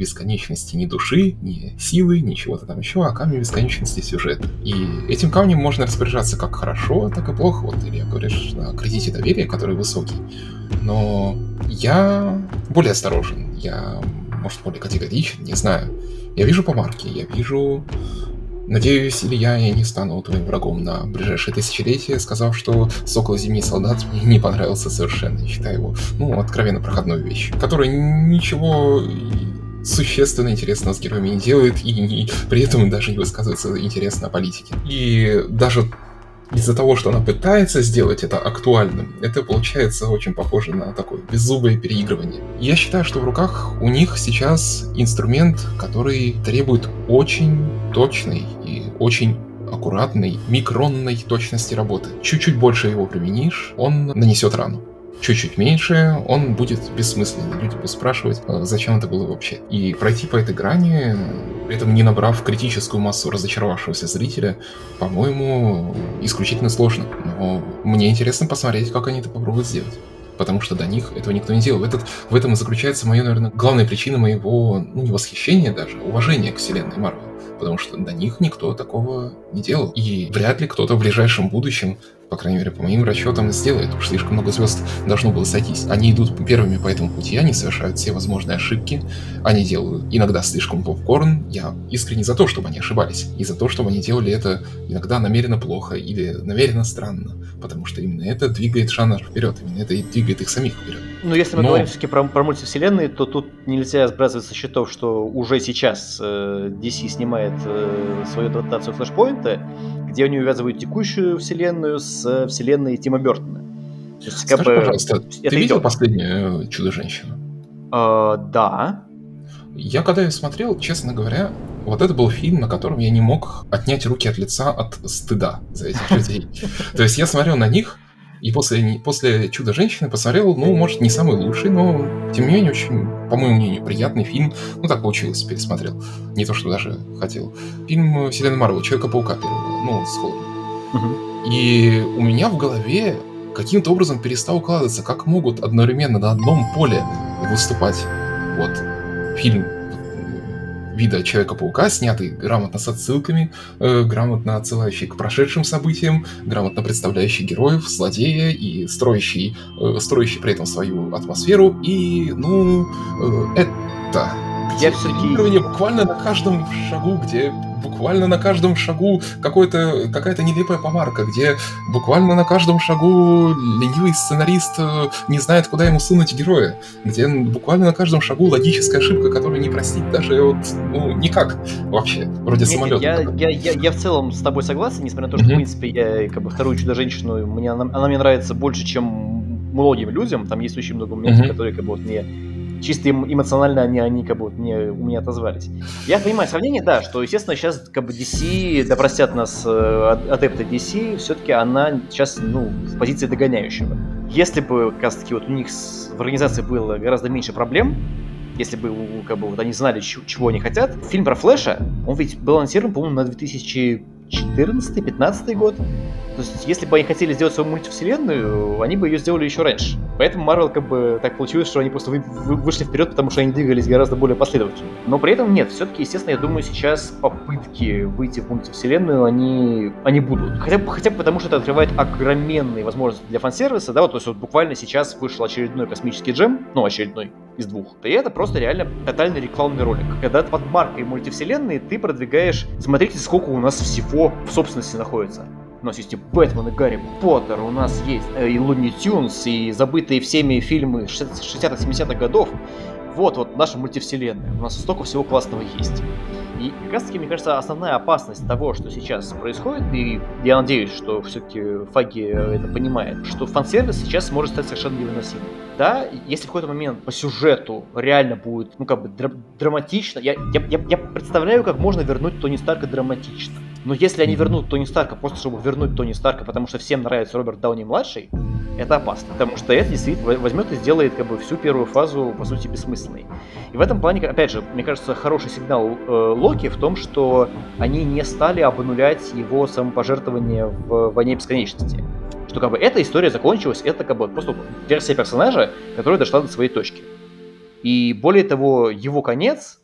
ни души, ни силы, ни чего-то там еще, а камень бесконечности сюжета. И этим камнем можно распоряжаться как хорошо, так и плохо. Вот Илья говоришь на кредите доверия, который высокий. Но я более осторожен, я, может, более категоричен, не знаю. Я вижу по марке, я вижу... Надеюсь, Илья, я не стану твоим врагом на ближайшее тысячелетие, сказав, что «Сокол и Зимний солдат» мне не понравился совершенно. Я считаю его, откровенно проходной вещью, которая ничего существенно интересного с героями не делает, и при этом даже не высказывается интересно о политике. И даже из-за того, что она пытается сделать это актуальным, это получается очень похоже на такое беззубое переигрывание. Я считаю, что в руках у них сейчас инструмент, который требует очень точной и очень аккуратной, микронной точности работы. Чуть-чуть больше его применишь, он нанесет рану. Чуть-чуть меньше, он будет бессмысленный. Люди будут спрашивать, зачем это было вообще. И пройти по этой грани, при этом не набрав критическую массу разочаровавшегося зрителя, по-моему, исключительно сложно. Но мне интересно посмотреть, как они это попробуют сделать. Потому что до них этого никто не делал. В этом и заключается моя, наверное, главная причина моего, не восхищения даже, уважения к вселенной Marvel. Потому что до них никто такого не делал. И вряд ли кто-то в ближайшем будущем по крайней мере, по моим расчетам, сделает. Уж слишком много звезд должно было сойтись. Они идут первыми по этому пути, они совершают все возможные ошибки, они делают иногда слишком попкорн. Я искренне за то, чтобы они ошибались, и за то, чтобы они делали это иногда намеренно плохо или намеренно странно, потому что именно это двигает жанр вперед, именно это и двигает их самих вперед. Ну, если мы говорим все-таки про мультивселенные, то тут нельзя сбрасывать со счетов, что уже сейчас DC снимает свою адаптацию Флэшпоинта, где они увязывают текущую вселенную с вселенной Тима Бёртона. Скажи, пожалуйста, ты видел последнее «Чудо-женщину»? Да. Я когда ее смотрел, честно говоря, вот это был фильм, на котором я не мог отнять руки от лица от стыда за этих людей. То есть я смотрел на них, и после «Чудо-женщины» посмотрел, ну, может, не самый лучший, но, тем не менее, очень, по моему мнению, приятный фильм. Ну, так получилось, пересмотрел. Не то, что даже хотел. Фильм вселенной Марвел, «Человека-паука» первого, ну, с Холландом. И у меня в голове каким-то образом перестал укладываться, как могут одновременно на одном поле выступать вот фильм вида Человека-паука, снятый грамотно с отсылками, грамотно отсылающий к прошедшим событиям, грамотно представляющий героев, злодея и строящий при этом свою атмосферу. И, это... Я все-таки... Буквально на каждом шагу какая-то нелепая помарка, где буквально на каждом шагу ленивый сценарист не знает, куда ему сунуть героя, где буквально на каждом шагу логическая ошибка, которую не простить даже никак вообще, вроде самолета. Я в целом с тобой согласен, несмотря на то, что, в принципе, я вторую «Чудо-женщину», она мне нравится больше, чем многим людям, там есть очень много моментов, которые мне... Чисто эмоционально они у меня отозвались. Я понимаю сравнение, да, что, естественно, сейчас DC, да простят нас адепты DC, все-таки она сейчас, в позиции догоняющего. Если бы, как раз таки, у них в организации было гораздо меньше проблем, если бы, они знали, чего они хотят, фильм про Флэша, он ведь был анонсирован, по-моему, на 2014-15 год. То есть, если бы они хотели сделать свою мультивселенную, они бы ее сделали еще раньше. Поэтому Marvel так получилось, что они просто вышли вперед, потому что они двигались гораздо более последовательно. Но при этом нет, все-таки, естественно, я думаю, сейчас попытки выйти в мультивселенную, они будут. Хотя бы потому, что это открывает огроменные возможности для фан-сервиса, да, то есть буквально сейчас вышел очередной космический джем, очередной из двух. И это просто реально тотальный рекламный ролик. Когда под маркой мультивселенной ты продвигаешь, смотрите, сколько у нас всего в собственности находится. У нас есть и Бэтмен, и Гарри Поттер, у нас есть и Луни Тюнс, и забытые всеми фильмы 60-70-х годов. Вот наша мультивселенная. У нас столько всего классного есть. И как раз таки, мне кажется, основная опасность того, что сейчас происходит, и я надеюсь, что все-таки Файги это понимает, что фан-сервис сейчас может стать совершенно невыносимым. Да, если в какой-то момент по сюжету реально будет, драматично, я представляю, как можно вернуть Тони Старка драматично. Но если они вернут Тони Старка просто чтобы вернуть Тони Старка, потому что всем нравится Роберт Дауни-младший, это опасно. Потому что это действительно возьмет и сделает всю первую фазу, по сути, бессмысленной. И в этом плане, опять же, мне кажется, хороший сигнал Локи в том, что они не стали обнулять его самопожертвование в «Войне бесконечности». Что эта история закончилась, это просто версия персонажа, которая дошла до своей точки. И более того, его конец,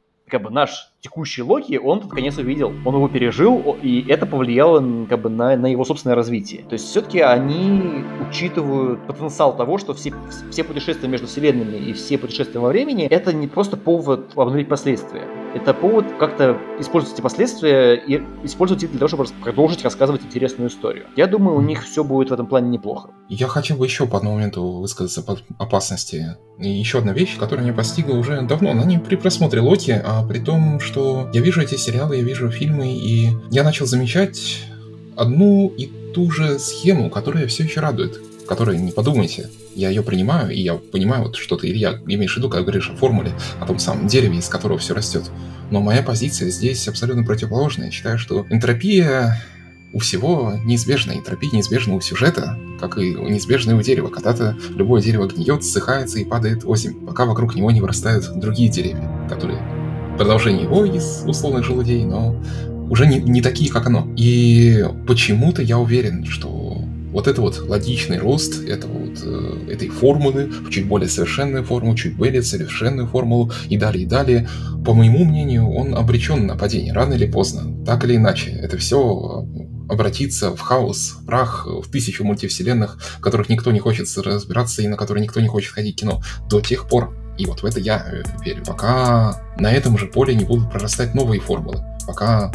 наш текущий Локи, он этот конец увидел, он его пережил, и это повлияло на его собственное развитие. То есть все-таки они учитывают потенциал того, что все путешествия между вселенными и все путешествия во времени, это не просто повод обнулить последствия. Это повод как-то использовать эти последствия и использовать их для того, чтобы продолжить рассказывать интересную историю. Я думаю, у них все будет в этом плане неплохо. Я хотел бы еще по одному моменту высказаться по опасности. И еще одна вещь, которая меня постигла уже давно, но не при просмотре Локи, а при том, что я вижу эти сериалы, я вижу фильмы, и я начал замечать одну и ту же схему, которая все еще радует. Которая, не подумайте, я ее принимаю, и я понимаю, что ты, Илья, имеешь в виду, когда говоришь о формуле, о том самом дереве, из которого все растет. Но моя позиция здесь абсолютно противоположная. Я считаю, что энтропия у всего неизбежна. Энтропия неизбежна у сюжета, как и неизбежна у дерева. Когда-то любое дерево гниет, ссыхается и падает озимь, пока вокруг него не вырастают другие деревья, которые продолжение его из условных желудей, но уже не такие, как оно. И почему-то я уверен, что вот это логичный рост этой формулы в чуть более совершенную формулу, чуть более совершенную формулу и далее, по моему мнению, он обречен на падение рано или поздно, так или иначе. Это все обратиться в хаос, в прах, в 1000 мультивселенных, в которых никто не хочет разбираться и на которые никто не хочет ходить в кино. До тех пор, и вот в это я верю, пока на этом же поле не будут прорастать новые формулы, пока,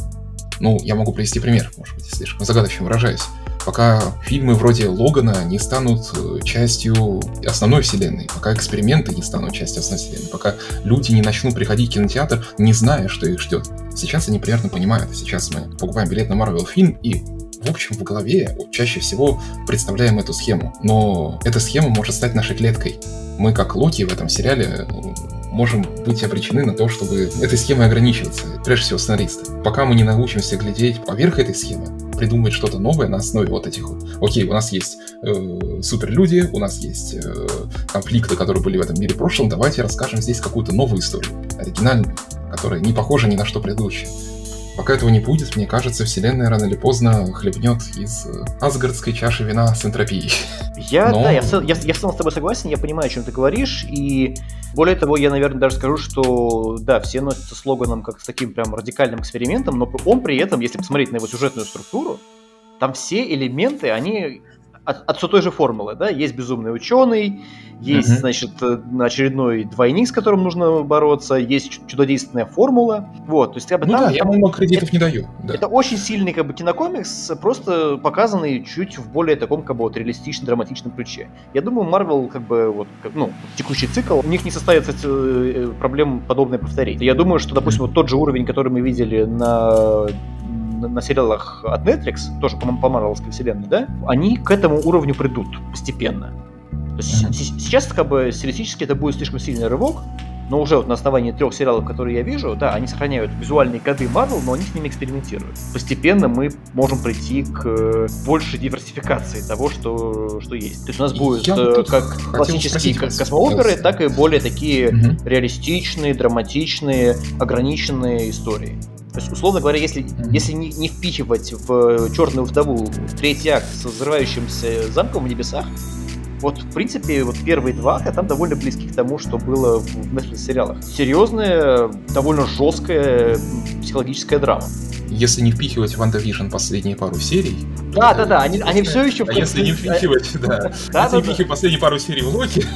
я могу привести пример, может быть, слишком загадочно выражаюсь, пока фильмы вроде Логана не станут частью основной вселенной, пока эксперименты не станут частью основной вселенной, пока люди не начнут приходить в кинотеатр, не зная, что их ждет. Сейчас они примерно понимают. Сейчас мы покупаем билет на Marvel фильм и, в общем, в голове чаще всего представляем эту схему. Но эта схема может стать нашей клеткой. Мы, как Локи в этом сериале, можем быть обречены на то, чтобы этой схемой ограничиваться. Прежде всего, сценаристы. Пока мы не научимся глядеть поверх этой схемы, придумать что-то новое на основе вот этих вот. Окей, у нас есть суперлюди, у нас есть конфликты, которые были в этом мире прошлом, давайте расскажем здесь какую-то новую историю, оригинальную, которая не похожа ни на что предыдущее. Пока этого не будет, мне кажется, вселенная рано или поздно хлебнет из асгардской чаши вина с энтропией. Я в целом с тобой согласен, я понимаю, о чем ты говоришь, и более того, я, наверное, даже скажу, что да, все носятся с Логаном как с таким прям радикальным экспериментом, но он при этом, если посмотреть на его сюжетную структуру, там все элементы, они от все той же формулы, да, есть безумный ученый, есть, значит, очередной двойник, с которым нужно бороться, есть чудодейственная формула, вот, то есть как бы там... да, я много кредитов не даю. Да. Это очень сильный как бы кинокомикс, просто показанный чуть в более таком как бы вот реалистичном, драматичном ключе. Я думаю, Marvel как бы вот, текущий цикл, у них не состоится проблем подобное повторить. Я думаю, что, допустим, вот тот же уровень, который мы видели на сериалах от Netflix, тоже по Марвеловской вселенной, да, они к этому уровню придут постепенно. То есть сейчас как бы стилистически это будет слишком сильный рывок, но уже вот на основании 3 сериалов, которые я вижу, да, они сохраняют визуальные коды Marvel, но они с ними экспериментируют. Постепенно мы можем прийти к большей диверсификации того, что есть. То есть у нас будет как классические космооперы, так и более такие реалистичные, драматичные, ограниченные истории. То есть, условно говоря, если не впихивать в «Черную вдову» 3-й акт с взрывающимся замком в небесах, вот, в принципе, вот первые 2 акта там довольно близки к тому, что было в Netflix сериалах. Серьезная, довольно жесткая психологическая драма. Если не впихивать в WandaVision последние пару серий... Да, они все еще... если не впихивать, если не впихивать последние пару серий в Локи...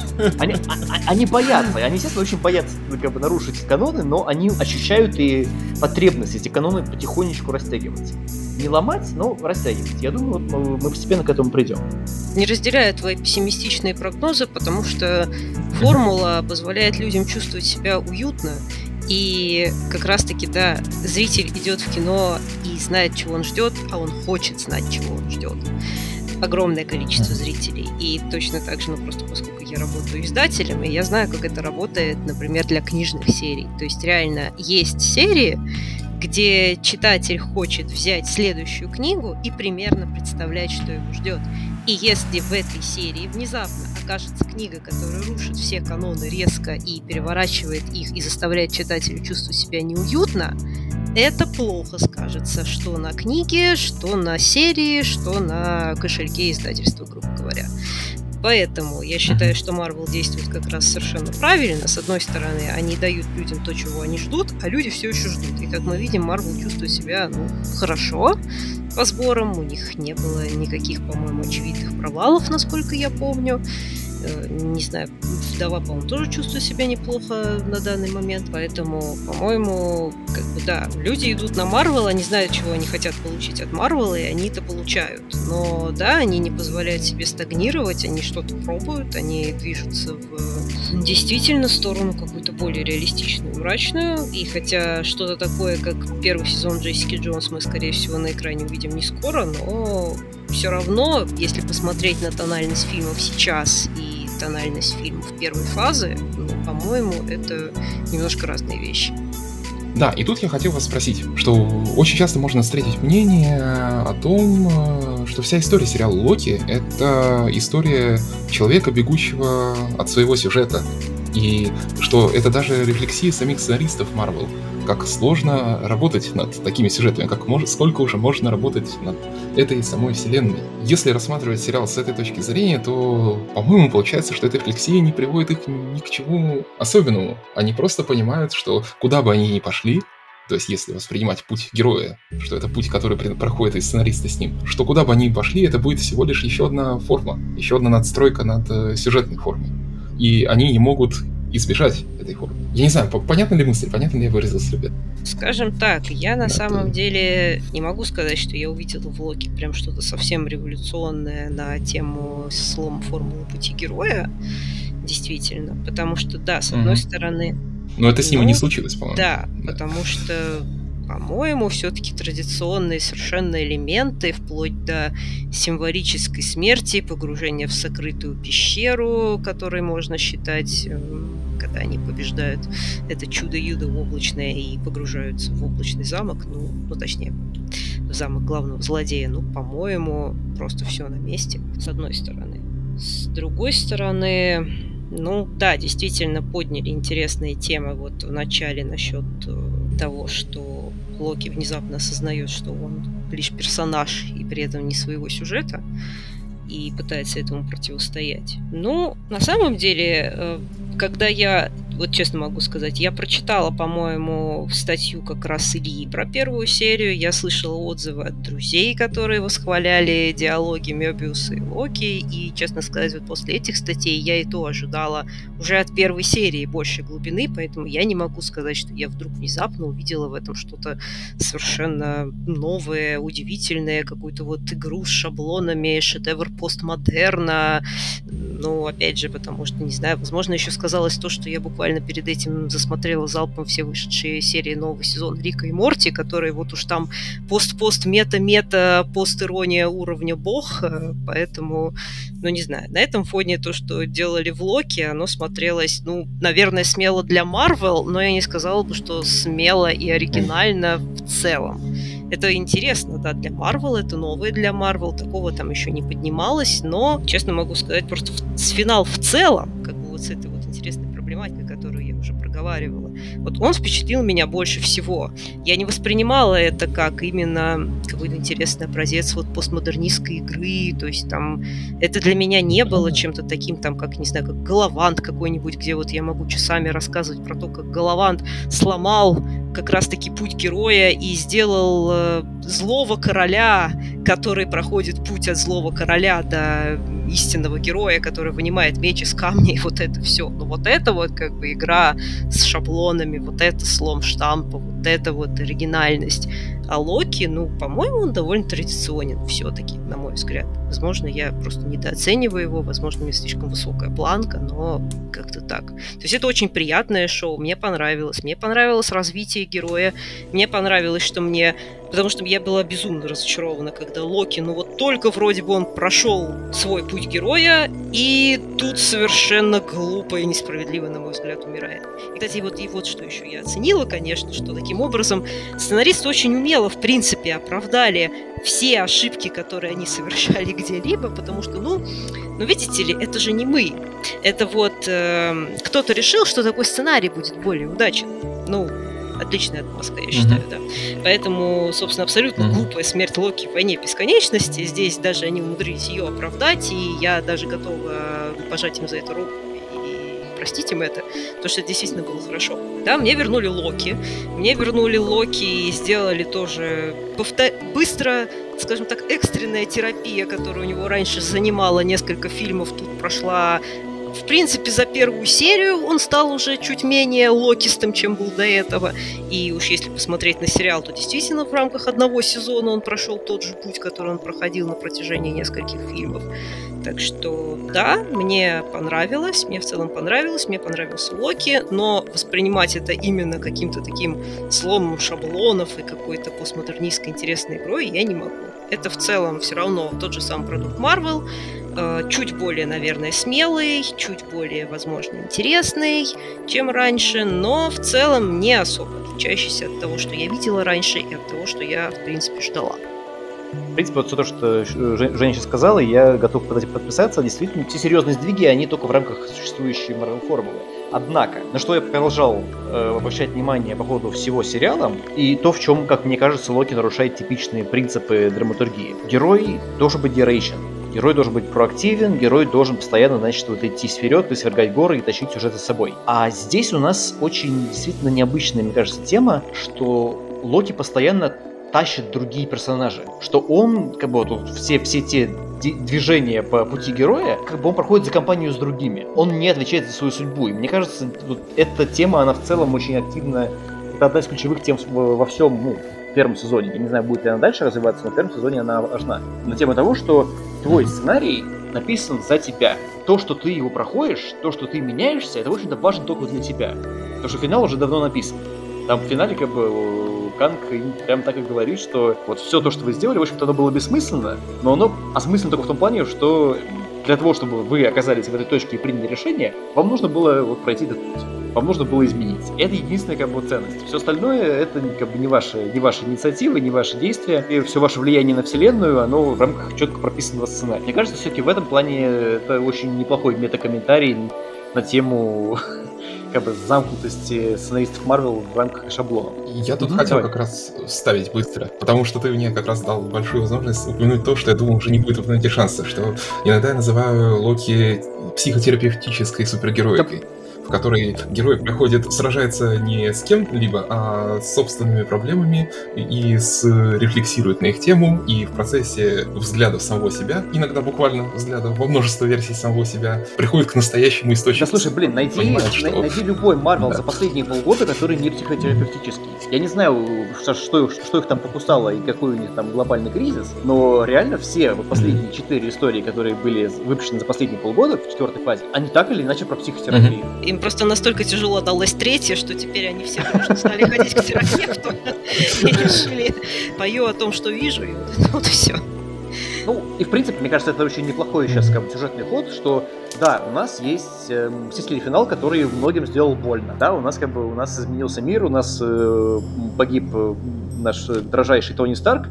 Они боятся, они, естественно, очень боятся как бы нарушить каноны, но они ощущают и потребность эти каноны потихонечку растягивать. Не ломать, но растягивать. Я думаю, вот мы постепенно к этому придем. Не разделяю твои пессимистичные прогнозы, потому что формула позволяет людям чувствовать себя уютно. И как раз-таки, да, зритель идет в кино и знает, чего он ждет, а он хочет знать, чего он ждет. Огромное количество зрителей. И точно так же, просто поскольку я работаю издателем, и я знаю, как это работает, например, для книжных серий. То есть реально есть серии, где читатель хочет взять следующую книгу и примерно представлять, что его ждет. И если в этой серии внезапно окажется книга, которая рушит все каноны резко и переворачивает их и заставляет читателя чувствовать себя неуютно, это плохо скажется что на книге, что на серии, что на кошельке издательства, грубо говоря. Поэтому я считаю, что Marvel действует как раз совершенно правильно. С одной стороны, они дают людям то, чего они ждут, а люди все еще ждут. И как мы видим, Marvel чувствует себя хорошо по сборам. У них не было никаких, по-моему, очевидных провалов, насколько я помню. Не знаю, вдова, по-моему, тоже чувствует себя неплохо на данный момент, поэтому, по-моему, да, люди идут на Marvel, они знают, чего они хотят получить от Marvel, и они это получают. Но, да, они не позволяют себе стагнировать, они что-то пробуют, они движутся в действительно сторону какую-то более реалистичную, мрачную, и хотя что-то такое, как первый сезон Джессики Джонс мы, скорее всего, на экране увидим не скоро, но все равно, если посмотреть на тональность фильмов сейчас и тональность фильмов первой фазы, по-моему, это немножко разные вещи. Да, и тут я хотел вас спросить, что очень часто можно встретить мнение о том, что вся история сериала Локи — это история человека, бегущего от своего сюжета, и что это даже рефлексия самих сценаристов Marvel, как сложно работать над такими сюжетами, сколько уже можно работать над этой самой вселенной. Если рассматривать сериал с этой точки зрения, то, по-моему, получается, что эта рефлексия не приводит их ни к чему особенному. Они просто понимают, что куда бы они ни пошли, То есть, если воспринимать путь героя, что это путь, который проходит и сценаристы с ним, что куда бы они ни пошли, это будет всего лишь еще одна форма, еще одна надстройка над сюжетной формой. И они не могут избежать этой формы. Я не знаю, понятна ли мысль, понятно ли я выразился, ребят? Скажем так, я на самом деле не могу сказать, что я увидела в Локи прям что-то совсем революционное на тему слома формулы пути героя, действительно, потому что, да, с одной стороны... Но это с ним и не случилось, по-моему. Да, потому что, по-моему, все-таки традиционные совершенно элементы, вплоть до символической смерти, погружения в сокрытую пещеру, которой можно считать, когда они побеждают это чудо-юдо облачное и погружаются в облачный замок, ну точнее, в замок главного злодея, по-моему, просто все на месте, с одной стороны. С другой стороны... Ну да, действительно подняли интересные темы вот в начале насчет того, что Локи внезапно осознает, что он лишь персонаж и при этом не своего сюжета, и пытается этому противостоять. Ну, на самом деле, когда я, вот честно могу сказать, я прочитала, по-моему, статью как раз Ильи про первую серию, я слышала отзывы от друзей, которые восхваляли диалоги Мёбиуса и Локи, и, честно сказать, вот после этих статей я и то ожидала уже от первой серии большей глубины, поэтому я не могу сказать, что я вдруг внезапно увидела в этом что-то совершенно новое, удивительное, какую-то вот игру с шаблонами, шедевр постмодерна. Ну, опять же, потому что, не знаю, возможно, еще сказалось то, что я буквально перед этим засмотрела залпом все вышедшие серии нового сезона Рика и Морти, которые вот уж там пост-пост, мета-мета, пост-ирония уровня бог, поэтому, ну, не знаю, на этом фоне то, что делали в Локи, оно смотрелось, ну, наверное, смело для Marvel, но я не сказала бы, что смело и оригинально в целом. Это интересно, да, для Marvel, это новое для Marvel, такого там еще не поднималось, но, честно могу сказать, просто финал в целом, как бы вот с этой вот интересной проблематикой, которую я уже проговаривала, вот он впечатлил меня больше всего. Я не воспринимала это как именно какой-то интересный образец вот постмодернистской игры, то есть там это для меня не было чем-то таким, там, как, не знаю, как Галавант какой-нибудь, где вот я могу часами рассказывать про то, как Галавант сломал как раз-таки путь героя и сделал злого короля, который проходит путь от злого короля до истинного героя, который вынимает меч из камня, и вот это все. Но вот это вот как бы игра с шаблонами, вот это слом штампа, вот это вот оригинальность. А Локи, ну, по-моему, он довольно традиционен все-таки, на мой взгляд. Возможно, я просто недооцениваю его, возможно, у меня слишком высокая планка, но как-то так. То есть это очень приятное шоу, мне понравилось. Мне понравилось развитие героя, мне понравилось, что мне... Потому что я была безумно разочарована, когда Локи, ну вот только вроде бы он прошел свой путь героя, и тут совершенно глупо и несправедливо, на мой взгляд, умирает. И, кстати, вот что еще я оценила, конечно, что таким образом сценаристы очень умело, в принципе, оправдали все ошибки, которые они совершали где-либо, потому что, ну видите ли, это же не мы. Это вот кто-то решил, что такой сценарий будет более удачен. Ну, отличная отмазка, я считаю, да. Поэтому, собственно, абсолютно глупая смерть Локи в «Войне бесконечности». Здесь даже они умудрились ее оправдать, и я даже готова пожать им за это руку и простить им это, потому что это действительно было хорошо. Да, мне вернули Локи и сделали тоже быстро, скажем так, экстренная терапия, которая у него раньше занимала несколько фильмов, тут прошла. В принципе, за первую серию он стал уже чуть менее локистым, чем был до этого. И уж если посмотреть на сериал, то действительно в рамках одного сезона он прошел тот же путь, который он проходил на протяжении нескольких фильмов. Так что, да, мне понравилось, мне в целом понравилось, мне понравился Локи, но воспринимать это именно каким-то таким сломом шаблонов и какой-то постмодернистской интересной игрой я не могу. Это в целом все равно тот же самый продукт Marvel, чуть более, наверное, смелый, чуть более, возможно, интересный, чем раньше, но в целом не особо отличающийся от того, что я видела раньше, и от того, что я, в принципе, ждала. В принципе, вот все то, что Женя сейчас сказала, я готов под этим подписаться. Действительно, все серьезные сдвиги, они только в рамках существующей Marvel-формулы. Однако, на что я продолжал обращать внимание по ходу всего сериала, и то, в чем, как мне кажется, Локи нарушает типичные принципы драматургии. Герой должен быть героичен. Герой должен быть проактивен, герой должен постоянно, значит, вот идти вперед и свергать горы и тащить сюжет за собой. А здесь у нас очень действительно необычная, мне кажется, тема, что Локи постоянно тащит другие персонажи, что он, как бы, вот все те движения по пути героя, как бы он проходит за компанию с другими. Он не отвечает за свою судьбу. И мне кажется, вот эта тема, она в целом очень активна. Это одна из ключевых тем во всем, в первом сезоне. Я не знаю, будет ли она дальше развиваться, но в первом сезоне она важна. На тему того, что твой сценарий написан за тебя. То, что ты его проходишь, то, что ты меняешься, это, в общем-то, важно только для тебя. Потому что финал уже давно написан. Там в финале, как бы, Канг прям так и говорит, что вот все то, что вы сделали, в общем-то, оно было бессмысленно, но оно осмысленно только в том плане, что для того, чтобы вы оказались в этой точке и приняли решение, вам нужно было вот пройти этот путь. Вам нужно было изменить. Это единственная, как бы, ценность. Все остальное, это, как бы, не ваши инициативы, не ваши действия. И все ваше влияние на вселенную, оно в рамках четко прописанного сценария. Мне кажется, все-таки в этом плане это очень неплохой метакомментарий на тему как бы замкнутости сценаристов Марвел в рамках шаблона. Я тут хотел как раз вставить быстро, потому что ты мне как раз дал большую возможность упомянуть то, что я думал, уже не будет упомянуть шанса, что иногда я называю Локи психотерапевтической супергероикой, в которой герой сражается не с кем-либо, а с собственными проблемами и рефлексирует на их тему, и в процессе взглядов самого себя, иногда буквально взглядов во множество версий самого себя, приходит к настоящему источнику. Да слушай, найди любой Марвел за последние полгода, который не психотерапевтический. Я не знаю, что их там покусало и какой у них там глобальный кризис, но реально все вот последние 4 истории, которые были выпущены за последние полгода в 4-й фазе, они так или иначе про психотерапию. Им просто настолько тяжело далась 3-я, что теперь они все дружно стали ходить к терапевту и решили: пою о том, что вижу, и вот и все. Ну, и в принципе, мне кажется, это очень неплохой сейчас как бы сюжетный ход, что да, у нас есть «Мстители. Финал», который многим сделал больно. Да, у нас изменился мир, у нас погиб наш дорожайший Тони Старк,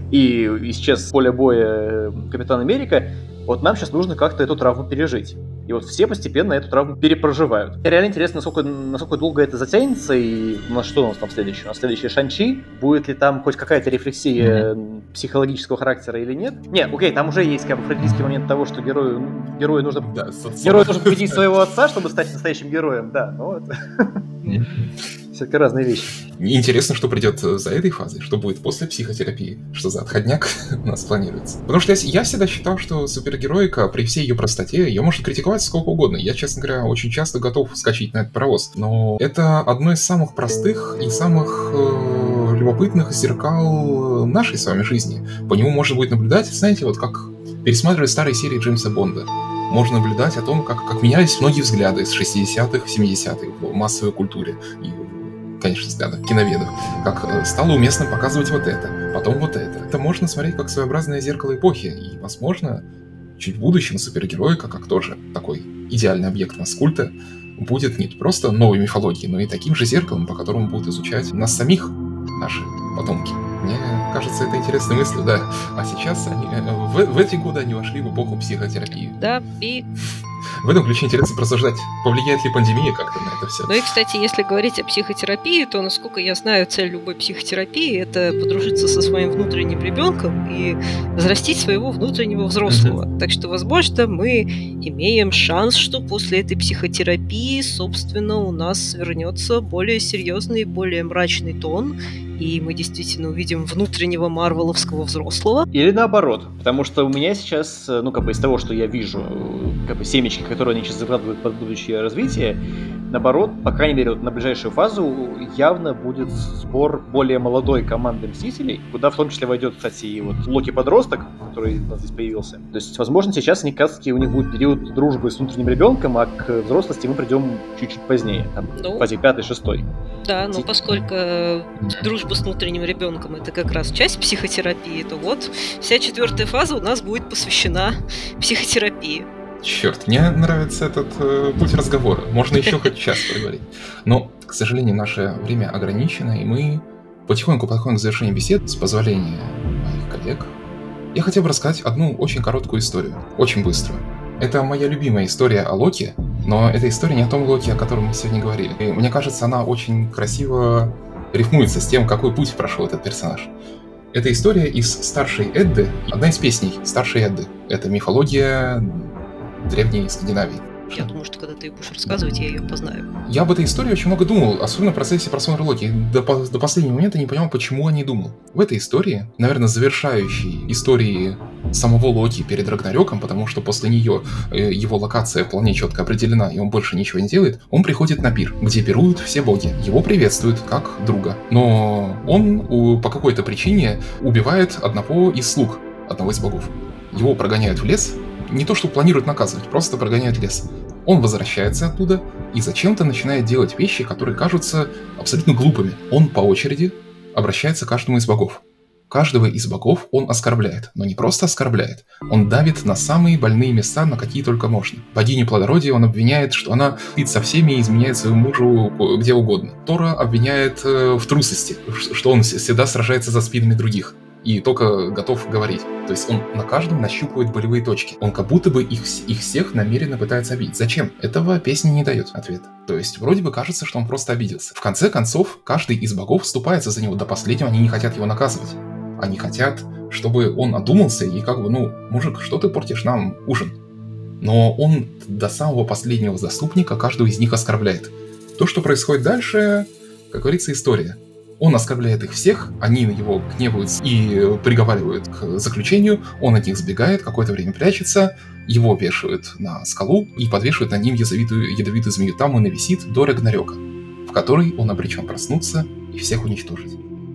и исчез с поля боя Капитан Америка. Вот нам сейчас нужно как-то эту травму пережить. И вот все постепенно эту травму перепроживают. И реально интересно, насколько долго это затянется, и что у нас там следующее? У нас следующее Шан-Чи. Будет ли там хоть какая-то рефлексия психологического характера или нет? Не, окей, там уже есть как бы фрейдистский момент того, что герою нужно победить своего отца, чтобы стать настоящим героем, да, но это все-таки разные вещи. Интересно, что придет за этой фазой, что будет после психотерапии, что за отходняк у нас планируется. Потому что я всегда считал, что супергероика при всей ее простоте, ее можно критиковать сколько угодно. Я, честно говоря, очень часто готов вскочить на этот паровоз. Но это одно из самых простых и самых любопытных зеркал нашей с вами жизни. По нему можно будет наблюдать, знаете, вот как пересматривать старые серии Джеймса Бонда. Можно наблюдать о том, как менялись многие взгляды с 60-х, 70-х в массовой культуре и, конечно, взглядах киноведов, как стало уместно показывать вот это, потом вот это. Это можно смотреть как своеобразное зеркало эпохи, и, возможно, чуть в будущем супергероика, как тоже такой идеальный объект маскульта, будет не просто новой мифологией, но и таким же зеркалом, по которому будут изучать нас самих, наши потомки. Мне кажется, это интересной мыслью, да. А сейчас в эти годы они вошли в эпоху психотерапии. Да, и... В этом ключе интересно просуждать, повлияет ли пандемия как-то на это все. Ну и, кстати, если говорить о психотерапии, то, насколько я знаю, цель любой психотерапии – это подружиться со своим внутренним ребенком и взрастить своего внутреннего взрослого. Так что, возможно, мы имеем шанс, что после этой психотерапии, собственно, у нас вернется более серьезный, более мрачный тон, и мы действительно увидим внутреннего марвеловского взрослого. Или наоборот, потому что у меня сейчас, из того, что я вижу, семечки, которые они сейчас закладывают под будущее развитие, наоборот, по крайней мере, вот на ближайшую фазу явно будет сбор более молодой команды Мстителей, куда в том числе войдет, кстати, и вот Локи-подросток, который у нас здесь появился. То есть, возможно, сейчас у них будет период дружбы с внутренним ребенком, а к взрослости мы придем чуть-чуть позднее, в фазе 5-6. Да, но поскольку дружба с внутренним ребенком — это как раз часть психотерапии, то вот вся 4-я фаза у нас будет посвящена психотерапии. Черт, мне нравится этот путь разговора. Можно еще хоть час поговорить. Но, к сожалению, наше время ограничено, и мы потихоньку подходим к завершению бесед. С позволения моих коллег, я хотел бы рассказать одну очень короткую историю, очень быструю. Это моя любимая история о Локи, но это история не о том Локи, о котором мы сегодня говорили. И мне кажется, она очень красиво рифмуется с тем, какой путь прошел этот персонаж. Это история из Старшей Эдды, одна из песней Старшей Эдды. Это мифология древней Скандинавии. Я думаю, что когда ты будешь рассказывать, я ее познаю. Я об этой истории очень много думал, особенно в процессе просмотра Локи. До последнего момента не понимал, почему я не думал. В этой истории, наверное, завершающей истории самого Локи перед Рагнарёком, потому что после нее его локация вполне четко определена, и он больше ничего не делает, он приходит на пир, где пируют все боги. Его приветствуют как друга. Но он по какой-то причине убивает одного из слуг, одного из богов. Его прогоняют в лес, не то что планируют наказывать, просто прогоняют в лес. Он возвращается оттуда и зачем-то начинает делать вещи, которые кажутся абсолютно глупыми. Он по очереди обращается к каждому из богов. Каждого из богов он оскорбляет, но не просто оскорбляет. Он давит на самые больные места, на какие только можно. Богиню плодородия он обвиняет, что она спит со всеми и изменяет своему мужу где угодно. Тора обвиняет в трусости, что он всегда сражается за спинами других и только готов говорить. То есть он на каждом нащупывает болевые точки. Он как будто бы их всех намеренно пытается обидеть. Зачем? Этого песня не дает ответа. То есть вроде бы кажется, что он просто обиделся. В конце концов, каждый из богов вступается за него до последнего, они не хотят его наказывать. Они хотят, чтобы он одумался и мужик, что ты портишь нам ужин? Но он до самого последнего заступника каждого из них оскорбляет. То, что происходит дальше, как говорится, история. Он оскорбляет их всех, они на него гневаются и приговаривают к заключению, он от них сбегает, какое-то время прячется, его вешают на скалу и подвешивают на ним ядовитую змею. Там он и висит до Рагнарёка, в которой он обречен проснуться и всех уничтожить.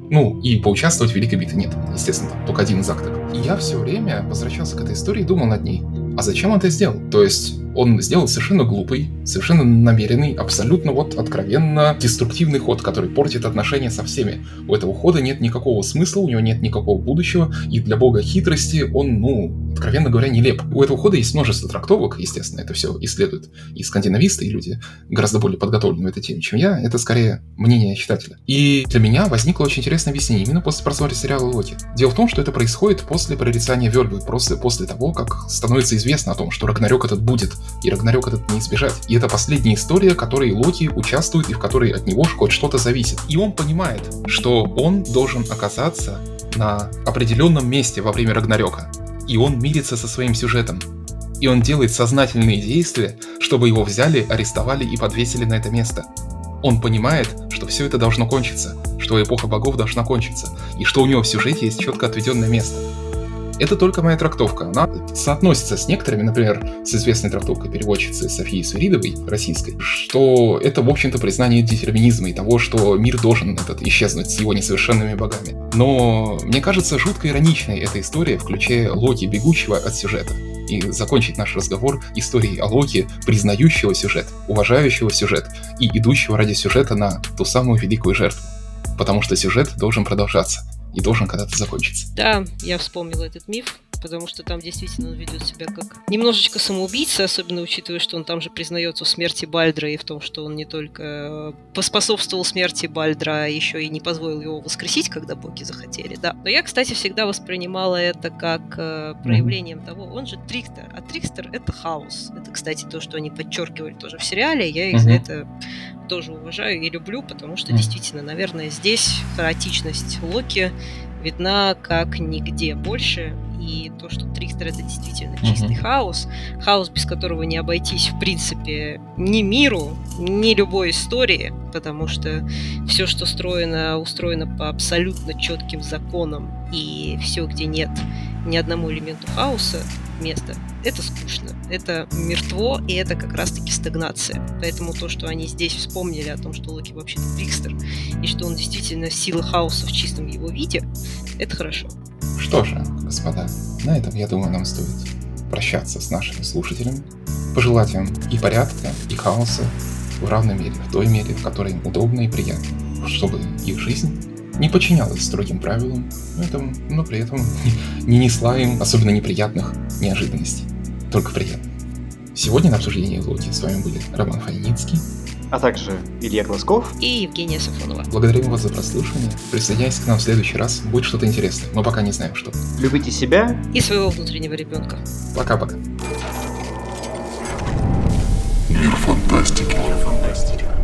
И поучаствовать в Великой битве нет, естественно, там только один из актов. И я все время возвращался к этой истории и думал над ней. А зачем он это сделал? То есть он сделал совершенно глупый, совершенно намеренный, абсолютно откровенно деструктивный ход, который портит отношения со всеми. У этого хода нет никакого смысла, у него нет никакого будущего, и для бога хитрости он, откровенно говоря, нелеп. У этого хода есть множество трактовок, естественно, это все исследуют и скандинависты, и люди гораздо более подготовлены в этой теме, чем я. Это скорее мнение читателя. И для меня возникло очень интересное объяснение именно после просмотра сериала Локи. Дело в том, что это происходит после прорицания Вельвы, после того, как становится известно о том, что Рагнарёк этот будет, и Рагнарёк этот не избежать. И это последняя история, в которой Локи участвует и в которой от него хоть что-то зависит. И он понимает, что он должен оказаться на определенном месте во время Рагнарёка. И он мирится со своим сюжетом. И он делает сознательные действия, чтобы его взяли, арестовали и подвесили на это место. Он понимает, что все это должно кончиться, что эпоха богов должна кончиться, и что у него в сюжете есть четко отведенное место. Это только моя трактовка. Она соотносится с некоторыми, например, с известной трактовкой переводчицы Софии Свиридовой, российской, что это, в общем-то, признание детерминизма и того, что мир должен исчезнуть с его несовершенными богами. Но мне кажется жутко ироничной эта история в ключе Локи, бегущего от сюжета. И закончить наш разговор историей о Локи, признающего сюжет, уважающего сюжет и идущего ради сюжета на ту самую великую жертву. Потому что сюжет должен продолжаться и должен когда-то закончиться. Да, я вспомнила этот миф, потому что там действительно он ведет себя как немножечко самоубийца, особенно учитывая, что он там же признается в смерти Бальдра и в том, что он не только поспособствовал смерти Бальдра, а еще и не позволил его воскресить, когда боги захотели, да. Но я, кстати, всегда воспринимала это как проявлением того, он же Трикстер, а Трикстер — это хаос. Это, кстати, то, что они подчеркивали тоже в сериале, я их за это тоже уважаю и люблю, потому что действительно, наверное, здесь хаотичность Локи видна как нигде больше, и то, что Трикстер — это действительно чистый хаос, без которого не обойтись, в принципе, ни миру, ни любой истории, потому что все, что устроено по абсолютно четким законам, и все, где нет ни одному элементу хаоса места, это скучно, это мертво, и это как раз-таки стагнация. Поэтому то, что они здесь вспомнили о том, что Локи вообще-то Трикстер, и что он действительно сила хаоса в чистом его виде, это хорошо. Что же, господа, на этом, я думаю, нам стоит прощаться с нашими слушателями, пожелать им и порядка, и хаоса в равной мере, в той мере, в которой им удобно и приятно, чтобы их жизнь не подчинялась строгим правилам, но при этом не несла им особенно неприятных неожиданностей, только приятных. Сегодня на обсуждении Локи с вами были Роман Файницкий, а также Илья Глазков и Евгения Сафонова. Благодарим вас за прослушивание. Присоединяйтесь к нам в следующий раз. Будет что-то интересное. Мы пока не знаем, что. Любите себя и своего внутреннего ребенка. Пока-пока. Мир фантастики.